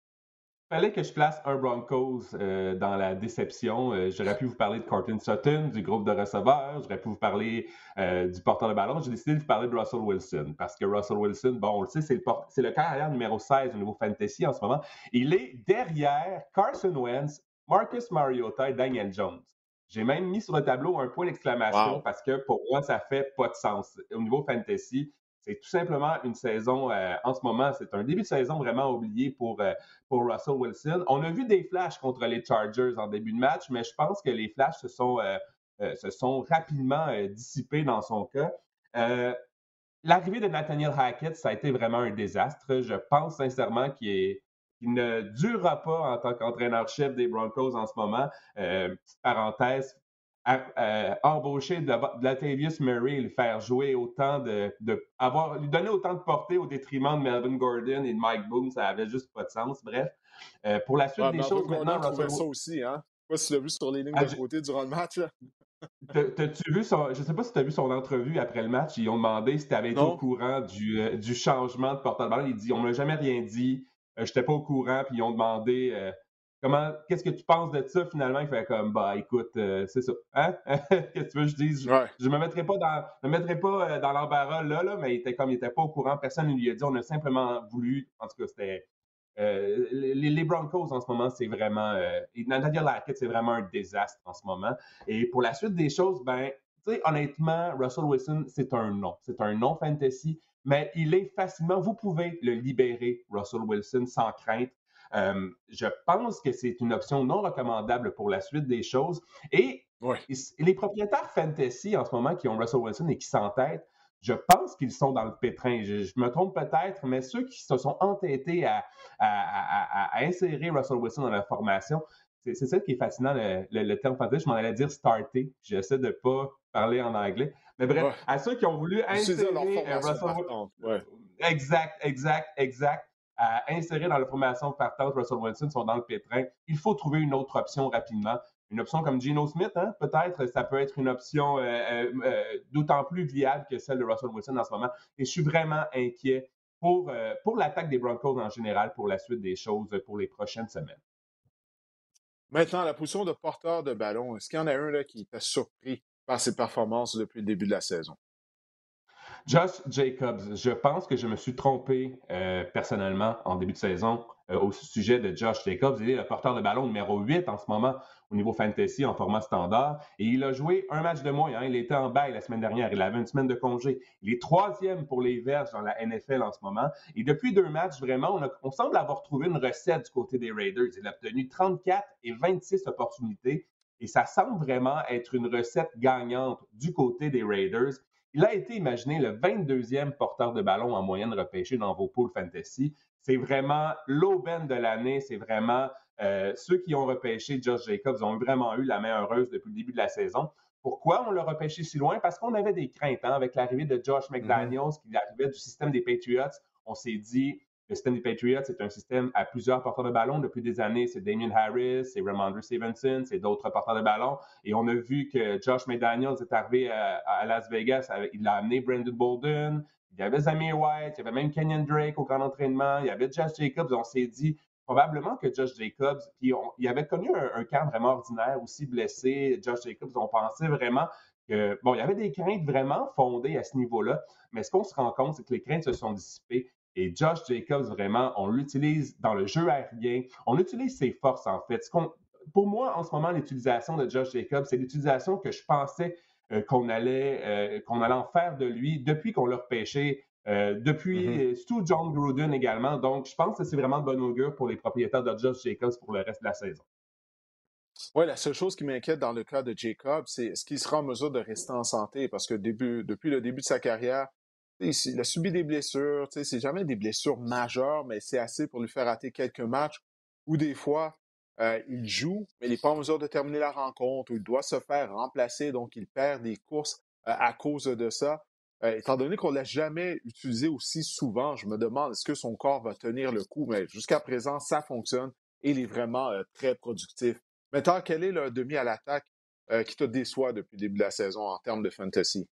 B: Il fallait que je place un Broncos dans la déception. J'aurais pu vous parler de Courtland Sutton, du groupe de receveurs. J'aurais pu vous parler du porteur de ballon. J'ai décidé de vous parler de Russell Wilson parce que Russell Wilson, bon, on le sait, c'est le carrière numéro 16 au niveau fantasy en ce moment. Il est derrière Carson Wentz, Marcus Mariota et Daniel Jones. J'ai même mis sur le tableau un point d'exclamation
A: Wow!
B: parce que pour moi, ça fait pas de sens. Au niveau fantasy, c'est tout simplement une saison, en ce moment, c'est un début de saison vraiment oublié pour Russell Wilson. On a vu des flashs contre les Chargers en début de match, mais je pense que les flashs se sont rapidement dissipés dans son cas. L'arrivée de Nathaniel Hackett, ça a été vraiment un désastre. Je pense sincèrement qu'il ne durera pas en tant qu'entraîneur-chef des Broncos en ce moment. Petite parenthèse, embaucher de Latavius Murray et le faire jouer lui donner autant de portée au détriment de Melvin Gordon et de Mike Boone, ça avait juste pas de sens. Bref, pour la suite
A: Ouais,
B: des
A: Melvin
B: choses, maintenant,
A: Gordon trouvait ça aussi, hein? Je sais pas si tu l'as vu sur les lignes de côté durant le match, là.
B: T'as-tu vu je sais pas si tu as vu son entrevue après le match. Ils ont demandé si tu avais été au
A: Non?
B: courant du changement de porte-ballon. Il dit on m'a jamais rien dit, j'étais pas au courant. Puis ils ont demandé qu'est-ce que tu penses de ça finalement. Il fait comme bah écoute, c'est ça. Hein? Qu'est-ce que tu veux que je dise?
A: Ouais.
B: Je me mettrai pas dans l'embarras là, mais il était pas au courant. Personne ne lui a dit. On a simplement voulu, en tout cas, c'était les Broncos en ce moment, c'est vraiment. Nathaniel Hackett, c'est vraiment un désastre en ce moment. Et pour la suite des choses, ben, tu sais, honnêtement, Russell Wilson, c'est un nom. C'est un nom fantasy, mais il est facilement. Vous pouvez le libérer, Russell Wilson, sans crainte. Je pense que c'est une option non recommandable pour la suite des choses. Et
A: Ouais.
B: les propriétaires fantasy en ce moment qui ont Russell Wilson et qui s'entêtent, je pense qu'ils sont dans le pétrin. Je me trompe peut-être, mais ceux qui se sont entêtés à insérer Russell Wilson dans la formation, c'est ça qui est fascinant, le terme fantasy. Je m'en allais dire starter. J'essaie de ne pas parler en anglais. Mais bref,
A: Ouais.
B: à ceux qui ont voulu
A: D'utiliser leur
B: insérer
A: formation
B: Russell
A: partante. Ouais.
B: exact. À insérer dans la formation partante Russell Wilson sont dans le pétrin. Il faut trouver une autre option rapidement. Une option comme Geno Smith, hein, peut-être, ça peut être une option d'autant plus viable que celle de Russell Wilson en ce moment. Et je suis vraiment inquiet pour l'attaque des Broncos en général, pour la suite des choses pour les prochaines semaines.
A: Maintenant, la position de porteur de ballon, est-ce qu'il y en a un là, qui t'a surpris par ses performances depuis le début de la saison?
B: Josh Jacobs, je pense que je me suis trompé personnellement en début de saison au sujet de Josh Jacobs. Il est le porteur de ballon numéro 8 en ce moment au niveau fantasy en format standard. Et il a joué un match de moins. Hein. Il était en bail la semaine dernière. Il avait une semaine de congé. Il est troisième pour les verges dans la NFL en ce moment. Et depuis 2 matchs, vraiment, on semble avoir trouvé une recette du côté des Raiders. Il a obtenu 34 et 26 opportunités. Et ça semble vraiment être une recette gagnante du côté des Raiders. Il a été imaginé le 22e porteur de ballon en moyenne repêché dans vos pools fantasy. C'est vraiment l'aubaine de l'année. C'est vraiment ceux qui ont repêché Josh Jacobs ont vraiment eu la main heureuse depuis le début de la saison. Pourquoi on l'a repêché si loin? Parce qu'on avait des craintes. Hein, avec l'arrivée de Josh
A: Mhm.
B: McDaniels, qui arrivait du système des Patriots, on s'est dit le système des Patriots, c'est un système à plusieurs porteurs de ballon depuis des années. C'est Damien Harris, c'est Ramondre Stevenson, c'est d'autres porteurs de ballon. Et on a vu que Josh McDaniels est arrivé à Las Vegas. Il a amené Brandon Bolden, il y avait Zamir White, il y avait même Kenyon Drake au grand entraînement, il y avait Josh Jacobs. On s'est dit probablement que Josh Jacobs, puis il avait connu un camp vraiment ordinaire, aussi blessé. Josh Jacobs, on pensait vraiment que, bon, il y avait des craintes vraiment fondées à ce niveau-là, mais ce qu'on se rend compte, c'est que les craintes se sont dissipées. Et Josh Jacobs, vraiment, on l'utilise dans le jeu aérien. On utilise ses forces, en fait. Pour moi, en ce moment, l'utilisation de Josh Jacobs, c'est l'utilisation que je pensais qu'on allait en faire de lui depuis qu'on l'a repêché, depuis
A: Mhm.
B: Stu John Gruden également. Donc, je pense que c'est vraiment de bon augure pour les propriétaires de Josh Jacobs pour le reste de la saison.
A: Oui, la seule chose qui m'inquiète dans le cas de Jacob, c'est est-ce qu'il sera en mesure de rester en santé? Parce que depuis le début de sa carrière, il a subi des blessures. C'est jamais des blessures majeures, mais c'est assez pour lui faire rater quelques matchs où des fois, il joue, mais il n'est pas en mesure de terminer la rencontre, ou il doit se faire remplacer, donc il perd des courses à cause de ça. Étant donné qu'on ne l'a jamais utilisé aussi souvent, je me demande est-ce que son corps va tenir le coup, mais jusqu'à présent, ça fonctionne et il est vraiment très productif. Maintenant, quel est le demi à l'attaque qui te déçoit depuis le début de la saison en termes de fantasy?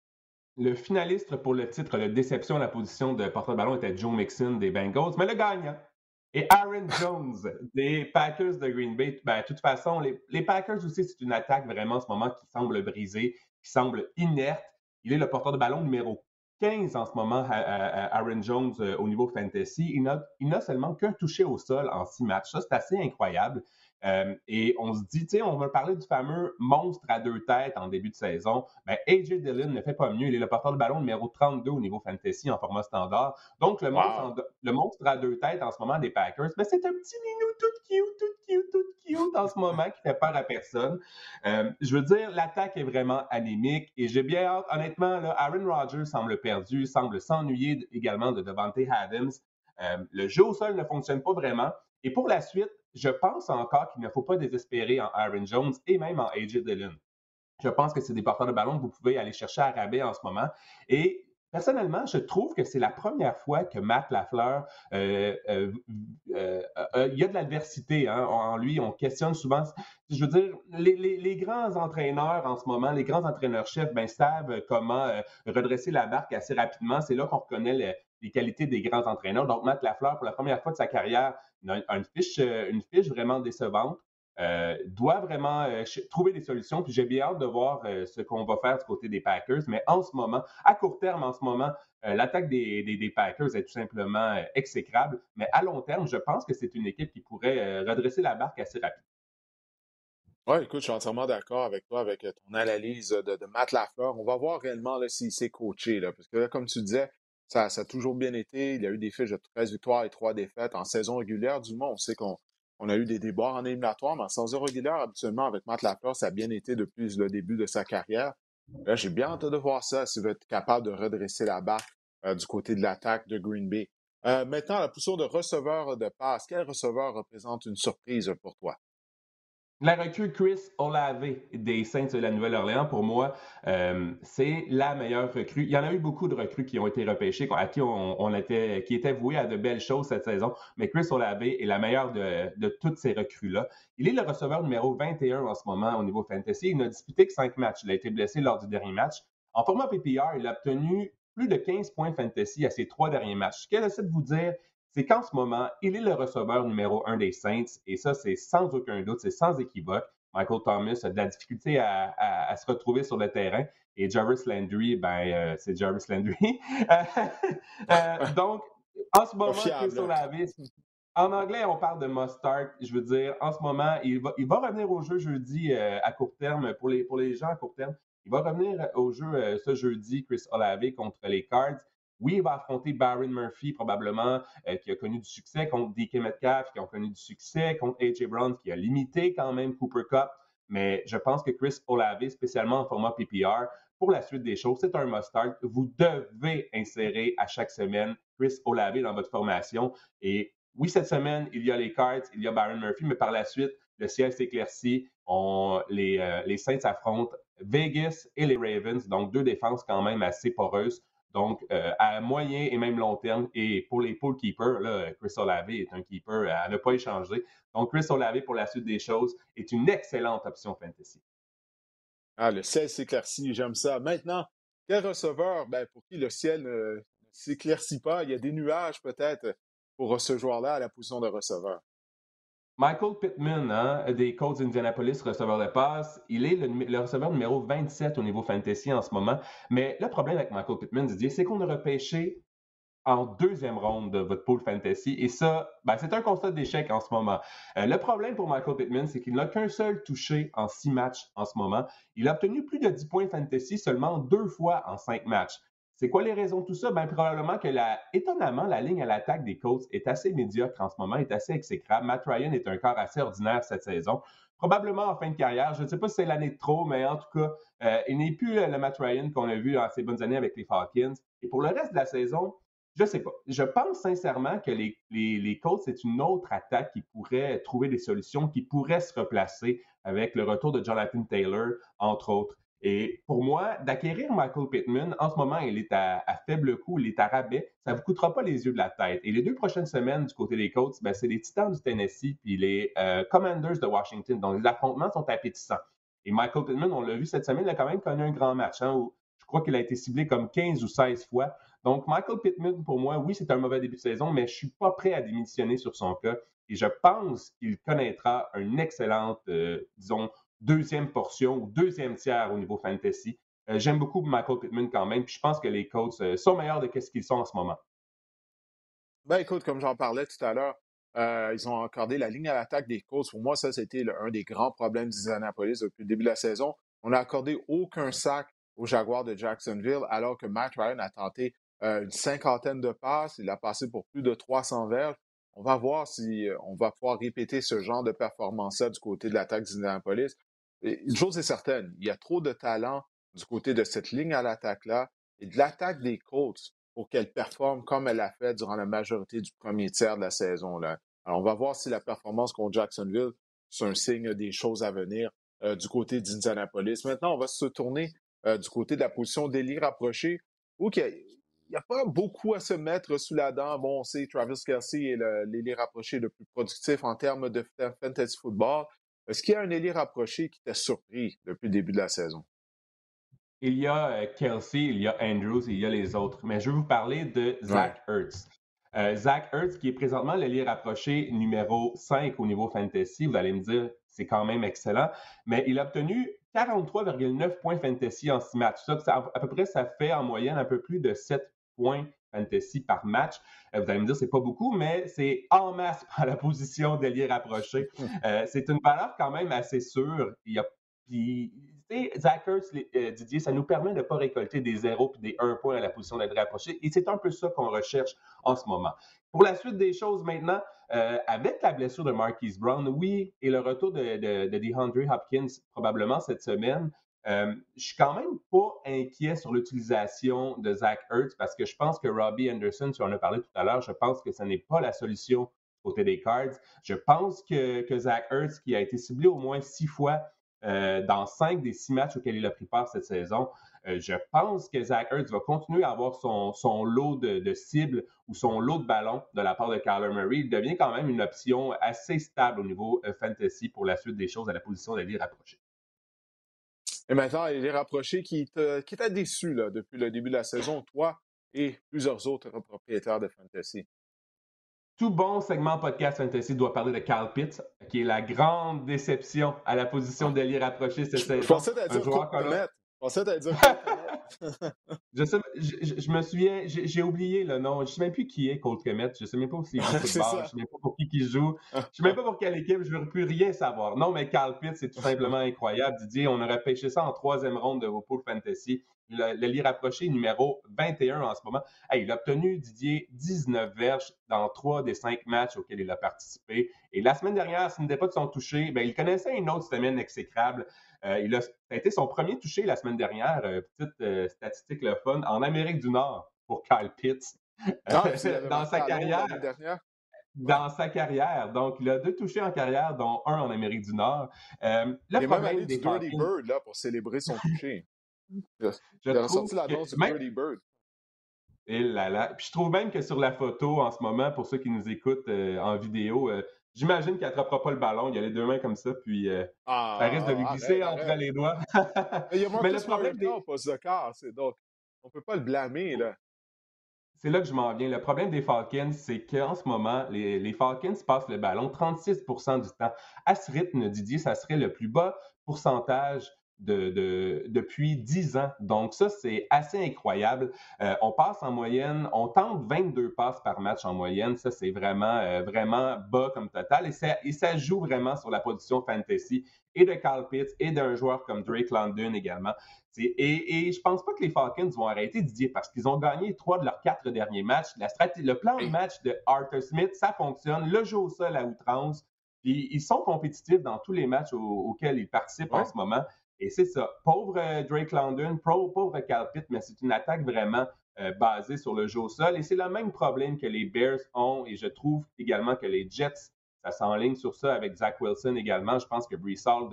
B: Le finaliste pour le titre de déception à la position de porteur de ballon était Joe Mixon des Bengals, mais le gagnant est Aaron Jones des Packers de Green Bay. Ben, de toute façon, les Packers aussi, c'est une attaque vraiment en ce moment qui semble brisée, qui semble inerte. Il est le porteur de ballon numéro 15 en ce moment, Aaron Jones, au niveau fantasy. Il n'a seulement qu'un touché au sol en 6 matchs. Ça, c'est assez incroyable. Et on se dit, tu sais, on va parler du fameux monstre à 2 têtes en début de saison. Ben, A.J. Dillon ne fait pas mieux. Il est le porteur de ballon numéro 32 au niveau fantasy en format standard. Donc,
A: Wow!
B: le monstre à 2 têtes en ce moment des Packers, ben, c'est un petit minou tout cute en ce moment qui fait peur à personne. Je veux dire, l'attaque est vraiment anémique et j'ai bien hâte, honnêtement, là, Aaron Rodgers semble perdu, semble s'ennuyer également de Davante Adams. Le jeu au sol ne fonctionne pas vraiment. Et pour la suite, je pense encore qu'il ne faut pas désespérer en Aaron Jones et même en A.J. Dillon. Je pense que c'est des porteurs de ballon que vous pouvez aller chercher à rabais en ce moment. Et personnellement, je trouve que c'est la première fois que Matt Lafleur, il y a de l'adversité en lui. On questionne souvent. Je veux dire, les grands entraîneurs en ce moment, les grands entraîneurs-chefs, savent comment redresser la barque assez rapidement. C'est là qu'on reconnaît les qualités des grands entraîneurs. Donc, Matt Lafleur, pour la première fois de sa carrière, a une fiche vraiment décevante. Doit vraiment trouver des solutions. Puis j'ai bien hâte de voir ce qu'on va faire du côté des Packers. Mais en ce moment, à court terme, en ce moment, l'attaque des Packers est tout simplement exécrable. Mais à long terme, je pense que c'est une équipe qui pourrait redresser la barque assez rapidement.
A: Oui, écoute, je suis entièrement d'accord avec toi, avec ton analyse de Matt Lafleur. On va voir réellement là, s'il s'est coaché, là, parce que là, comme tu disais, ça a toujours bien été. Il y a eu des fiches de 13 victoires et 3 défaites en saison régulière. Du moins, on sait qu'on a eu des déboires en éliminatoire, mais en saison régulière, habituellement, avec Matt Lafleur, ça a bien été depuis le début de sa carrière. Là, j'ai bien hâte de voir ça, s'il va être capable de redresser la barre du côté de l'attaque de Green Bay. Maintenant, la position de receveur de passe. Quel receveur représente une surprise pour toi?
B: La recrue Chris Olave des Saints de la Nouvelle-Orléans, pour moi, c'est la meilleure recrue. Il y en a eu beaucoup de recrues qui ont été repêchées, qui étaient vouées à de belles choses cette saison, mais Chris Olave est la meilleure de toutes ces recrues-là. Il est le receveur numéro 21 en ce moment au niveau fantasy. Il n'a disputé que 5 matchs. Il a été blessé lors du dernier match. En format PPR, il a obtenu plus de 15 points fantasy à ses 3 derniers matchs. Ce qu'elle essaie de vous dire, c'est qu'en ce moment, il est le receveur numéro 1 des Saints, et ça, c'est sans aucun doute, c'est sans équivoque. Michael Thomas a de la difficulté à se retrouver sur le terrain, et Jarvis Landry, c'est Jarvis Landry. Donc, en ce
A: Pas
B: moment, Chris
A: fiable.
B: Olave, en anglais, on parle de must start. Je veux dire, en ce moment, il va revenir au jeu jeudi à court terme, pour les gens à court terme. Il va revenir au jeu ce jeudi, Chris Olave, contre les Cards. Oui, il va affronter Byron Murphy, probablement, qui a connu du succès, contre DK Metcalf, qui a connu du succès, contre AJ Brown, qui a limité quand même Cooper Kupp. Mais je pense que Chris Olave, spécialement en format PPR, pour la suite des choses, c'est un must-start. Vous devez insérer à chaque semaine Chris Olave dans votre formation. Et oui, cette semaine, il y a les Cards, il y a Byron Murphy, mais par la suite, le ciel s'éclaircit. Les Saints affrontent Vegas et les Ravens, donc 2 défenses quand même assez poreuses. Donc, à moyen et même long terme, et pour le keeper, là, Chris Olave est un keeper à ne pas échanger. Donc, Chris Olave, pour la suite des choses, est une excellente option fantasy.
A: Ah, le ciel s'éclaircit, j'aime ça. Maintenant, quel receveur, pour qui le ciel ne s'éclaircit pas? Il y a des nuages peut-être pour ce joueur-là à la position de receveur.
B: Michael Pittman, des Colts d'Indianapolis, receveur de passe, il est le receveur numéro 27 au niveau fantasy en ce moment. Mais le problème avec Michael Pittman, Didier, c'est qu'on a repêché en 2e ronde de votre pool fantasy. Et ça, c'est un constat d'échec en ce moment. Le problème pour Michael Pittman, c'est qu'il n'a qu'un seul touché en 6 matchs en ce moment. Il a obtenu plus de 10 points fantasy seulement 2 fois en 5 matchs. C'est quoi les raisons de tout ça? Probablement que, étonnamment, la ligne à l'attaque des Colts est assez médiocre en ce moment, est assez exécrable. Matt Ryan est un corps assez ordinaire cette saison. Probablement en fin de carrière. Je ne sais pas si c'est l'année de trop, mais en tout cas, il n'est plus le Matt Ryan qu'on a vu dans ses bonnes années avec les Falcons. Et pour le reste de la saison, je sais pas. Je pense sincèrement que les Colts, c'est une autre attaque qui pourrait trouver des solutions, qui pourrait se replacer avec le retour de Jonathan Taylor, entre autres. Et pour moi, d'acquérir Michael Pittman, en ce moment, il est à faible coût, il est à rabais. Ça ne vous coûtera pas les yeux de la tête. Et les 2 prochaines semaines du côté des Colts, c'est les Titans du Tennessee puis les Commanders de Washington. Donc, les affrontements sont appétissants. Et Michael Pittman, on l'a vu cette semaine, il a quand même connu un grand match, où je crois qu'il a été ciblé comme 15 ou 16 fois. Donc, Michael Pittman, pour moi, oui, c'est un mauvais début de saison, mais je ne suis pas prêt à démissionner sur son cas. Et je pense qu'il connaîtra une excellente, disons, 2e portion ou 2e tiers au niveau fantasy. J'aime beaucoup Michael Pittman quand même, puis je pense que les Colts sont meilleurs de ce qu'ils sont en ce moment.
A: Écoute, comme j'en parlais tout à l'heure, ils ont accordé la ligne à l'attaque des Colts. Pour moi, ça, c'était un des grands problèmes d'Indianapolis depuis le début de la saison. On n'a accordé aucun sac aux Jaguars de Jacksonville, alors que Matt Ryan a tenté une 50aine de passes. Il a passé pour plus de 300 verges. On va voir si on va pouvoir répéter ce genre de performance-là du côté de l'attaque d'Indianapolis. Et une chose est certaine, il y a trop de talent du côté de cette ligne à l'attaque-là et de l'attaque des Colts pour qu'elle performe comme elle l'a fait durant la majorité du premier tiers de la saison, là. Alors, on va voir si la performance contre Jacksonville, c'est un signe des choses à venir du côté d'Indianapolis. Maintenant, on va se tourner du côté de la position d'ailier rapproché, où n'y a pas beaucoup à se mettre sous la dent. Bon, on sait Travis Kelce est l'ailier rapproché le plus productif en termes de fantasy football. Est-ce qu'il y a un ailier rapproché qui t'a surpris depuis le début de la saison?
B: Il y a Kelsey, il y a Andrews, il y a les autres. Mais je veux vous parler de
A: Ouais.
B: Zach Ertz. Zach Ertz, qui est présentement l'ailier rapproché numéro 5 au niveau fantasy, vous allez me dire, c'est quand même excellent, mais il a obtenu 43,9 points fantasy en 6 matchs. À peu près, ça fait en moyenne un peu plus de 7 points fantasy par match. Vous allez me dire, c'est pas beaucoup, mais c'est en masse à la position d'ailier rapproché. C'est une valeur quand même assez sûre. Puis, Zach Ertz, Didier, ça nous permet de ne pas récolter des 0 et des 1 point à la position d'être rapproché. Et c'est un peu ça qu'on recherche en ce moment. Pour la suite des choses maintenant, avec la blessure de Marquise Brown, oui, et le retour de DeAndre Hopkins probablement cette semaine, je suis quand même pas inquiet sur l'utilisation de Zach Ertz parce que je pense que Robbie Anderson, tu en as parlé tout à l'heure, je pense que ce n'est pas la solution côté des Cards. Je pense que Zach Ertz, qui a été ciblé au moins 6 fois dans 5 des 6 matchs auxquels il a pris part cette saison, je pense que Zach Ertz va continuer à avoir son lot de cibles ou son lot de ballons de la part de Kyler Murray. Il devient quand même une option assez stable au niveau fantasy pour la suite des choses à la position d'aller rapprocher.
A: Et maintenant, il est rapproché qui t'a déçu là, depuis le début de la saison, toi et plusieurs autres propriétaires de fantasy.
B: Tout bon segment podcast fantasy doit parler de Kyle Pitts, qui est la grande déception à la position
A: Ah,
B: d'ailier rapproché cette
A: je
B: saison.
A: pensais t'allais
B: Un
A: dire Cole
B: joueur qu'on a
A: Kmet. Je pensais t'allais dire Cole Kmet.
B: Je me souviens, j'ai oublié le nom. Je ne sais même plus qui est Colt Kmet. Je ne sais même pas s'il joue au
A: C'est
B: football. Je ne
A: ça.
B: sais même pas pour qui joue. Je ne sais même pas pour quelle équipe. Je ne veux plus rien savoir. Non, mais Carl Pitts, c'est tout simplement incroyable. Didier, on aurait pêché ça en 3e ronde de vos poules fantasy. Le lit rapproché numéro 21 en ce moment. Hey, il a obtenu, Didier, 19 verges dans 3 des 5 matchs auxquels il a participé. Et la semaine dernière, s'il n'était pas de son touché, ben, il connaissait une autre semaine exécrable. Ça a été son premier touché la semaine dernière, petite statistique le fun, en Amérique du Nord pour Kyle Pitts.
A: Ah, puis il avait
B: Dans
A: marqué
B: sa
A: à Londres
B: carrière,
A: l'année dernière. Ouais.
B: dans sa carrière. Donc, il a 2 touchés en carrière, dont un en Amérique du Nord.
A: Il
B: Le
A: est même
B: problème
A: allé
B: des
A: du Dirty
B: Falcons,
A: Bird là, pour célébrer son toucher. Il a,
B: je
A: il a
B: trouve
A: ressorti
B: que
A: l'annonce du
B: même
A: Dirty Bird.
B: et là, là. Puis je trouve même que sur la photo, en ce moment, pour ceux qui nous écoutent en vidéo, j'imagine qu'il n'attrapera pas le ballon. Il a les 2 mains comme ça, puis ça risque de lui glisser
A: Arrête,
B: entre
A: arrête.
B: les doigts.
A: Mais il y a
B: Mais le
A: Marcus
B: problème
A: Mariota
B: des,
A: au poste de quart, donc on peut pas le blâmer, là.
B: C'est là que je m'en viens. Le problème des Falcons, c'est qu'en ce moment, les Falcons passent le ballon 36 du temps. À ce rythme, Didier, ça serait le plus bas pourcentage depuis 10 ans. Donc ça, c'est assez incroyable. On passe en moyenne, on tente 22 passes par match en moyenne. Ça, c'est vraiment bas comme total. Et ça joue vraiment sur la production fantasy et de Kyle Pitts et d'un joueur comme Drake London également. Et je pense pas que les Falcons vont arrêter Didier parce qu'ils ont gagné 3 de leurs 4 derniers matchs. Le plan de
A: Hey,
B: match de Arthur Smith, ça fonctionne. Le jeu au sol à outrance. Puis ils sont compétitifs dans tous les matchs auxquels ils participent en
A: ouais.
B: ce moment. Et c'est ça. Pauvre Drake London, pauvre Cal Pitt, mais c'est une attaque vraiment basée sur le jeu au sol. Et c'est le même problème que les Bears ont. Et je trouve également que les Jets, ça s'enligne sur ça avec Zach Wilson également. Je pense que Brees Hall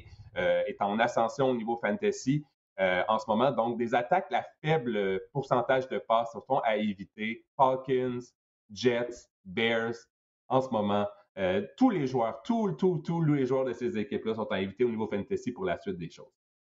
B: est en ascension au niveau fantasy en ce moment. Donc, des attaques, la faible pourcentage de passes sont à éviter. Falcons, Jets, Bears, en ce moment. Tous les joueurs, tous les joueurs de ces équipes-là sont à éviter au niveau fantasy pour la suite des choses.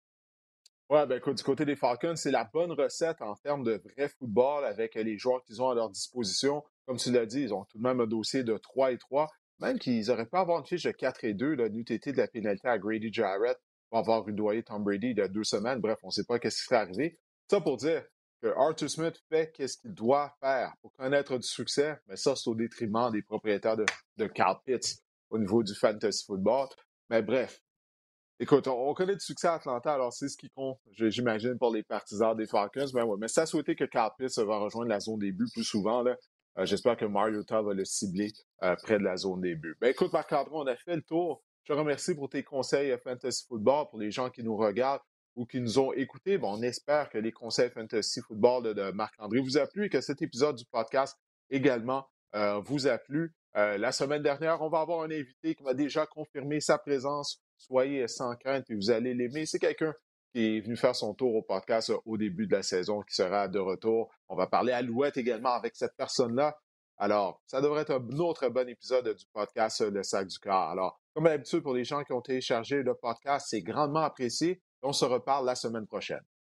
A: Ouais, ben écoute, du côté des Falcons, c'est la bonne recette en termes de vrai football avec les joueurs qu'ils ont à leur disposition. Comme tu l'as dit, ils ont tout de même un dossier de 3-3. Même qu'ils auraient pu avoir une fiche de 4-2, là, n'eût été de la pénalité à Grady Jarrett pour avoir rudoyé Tom Brady il y a 2 semaines. Bref, on ne sait pas qu'est-ce qui serait arrivé. Ça pour dire que Arthur Smith fait qu'est-ce qu'il doit faire pour connaître du succès, mais ça, c'est au détriment des propriétaires de Carl Pitts au niveau du fantasy football. Mais bref, écoute, on connaît du succès à Atlanta, alors c'est ce qui compte, j'imagine, pour les partisans des Falcons. Ben ouais, mais c'est à souhaiter que Carl Pitts va rejoindre la zone des buts plus souvent. Là. J'espère que Mariota va le cibler près de la zone des buts. Ben écoute, Marc-André, on a fait le tour. Je te remercie pour tes conseils Fantasy Football, pour les gens qui nous regardent ou qui nous ont écoutés. Bon, on espère que les conseils Fantasy Football de Marc-André vous a plu et que cet épisode du podcast également vous a plu. La semaine dernière, on va avoir un invité qui va déjà confirmer sa présence. Soyez sans crainte et vous allez l'aimer. C'est quelqu'un qui est venu faire son tour au podcast au début de la saison, qui sera de retour. On va parler Alouette également avec cette personne-là. Alors, ça devrait être un autre bon épisode du podcast Le Sac du Cœur. Alors, comme d'habitude, pour les gens qui ont téléchargé le podcast, c'est grandement apprécié. On se reparle la semaine prochaine.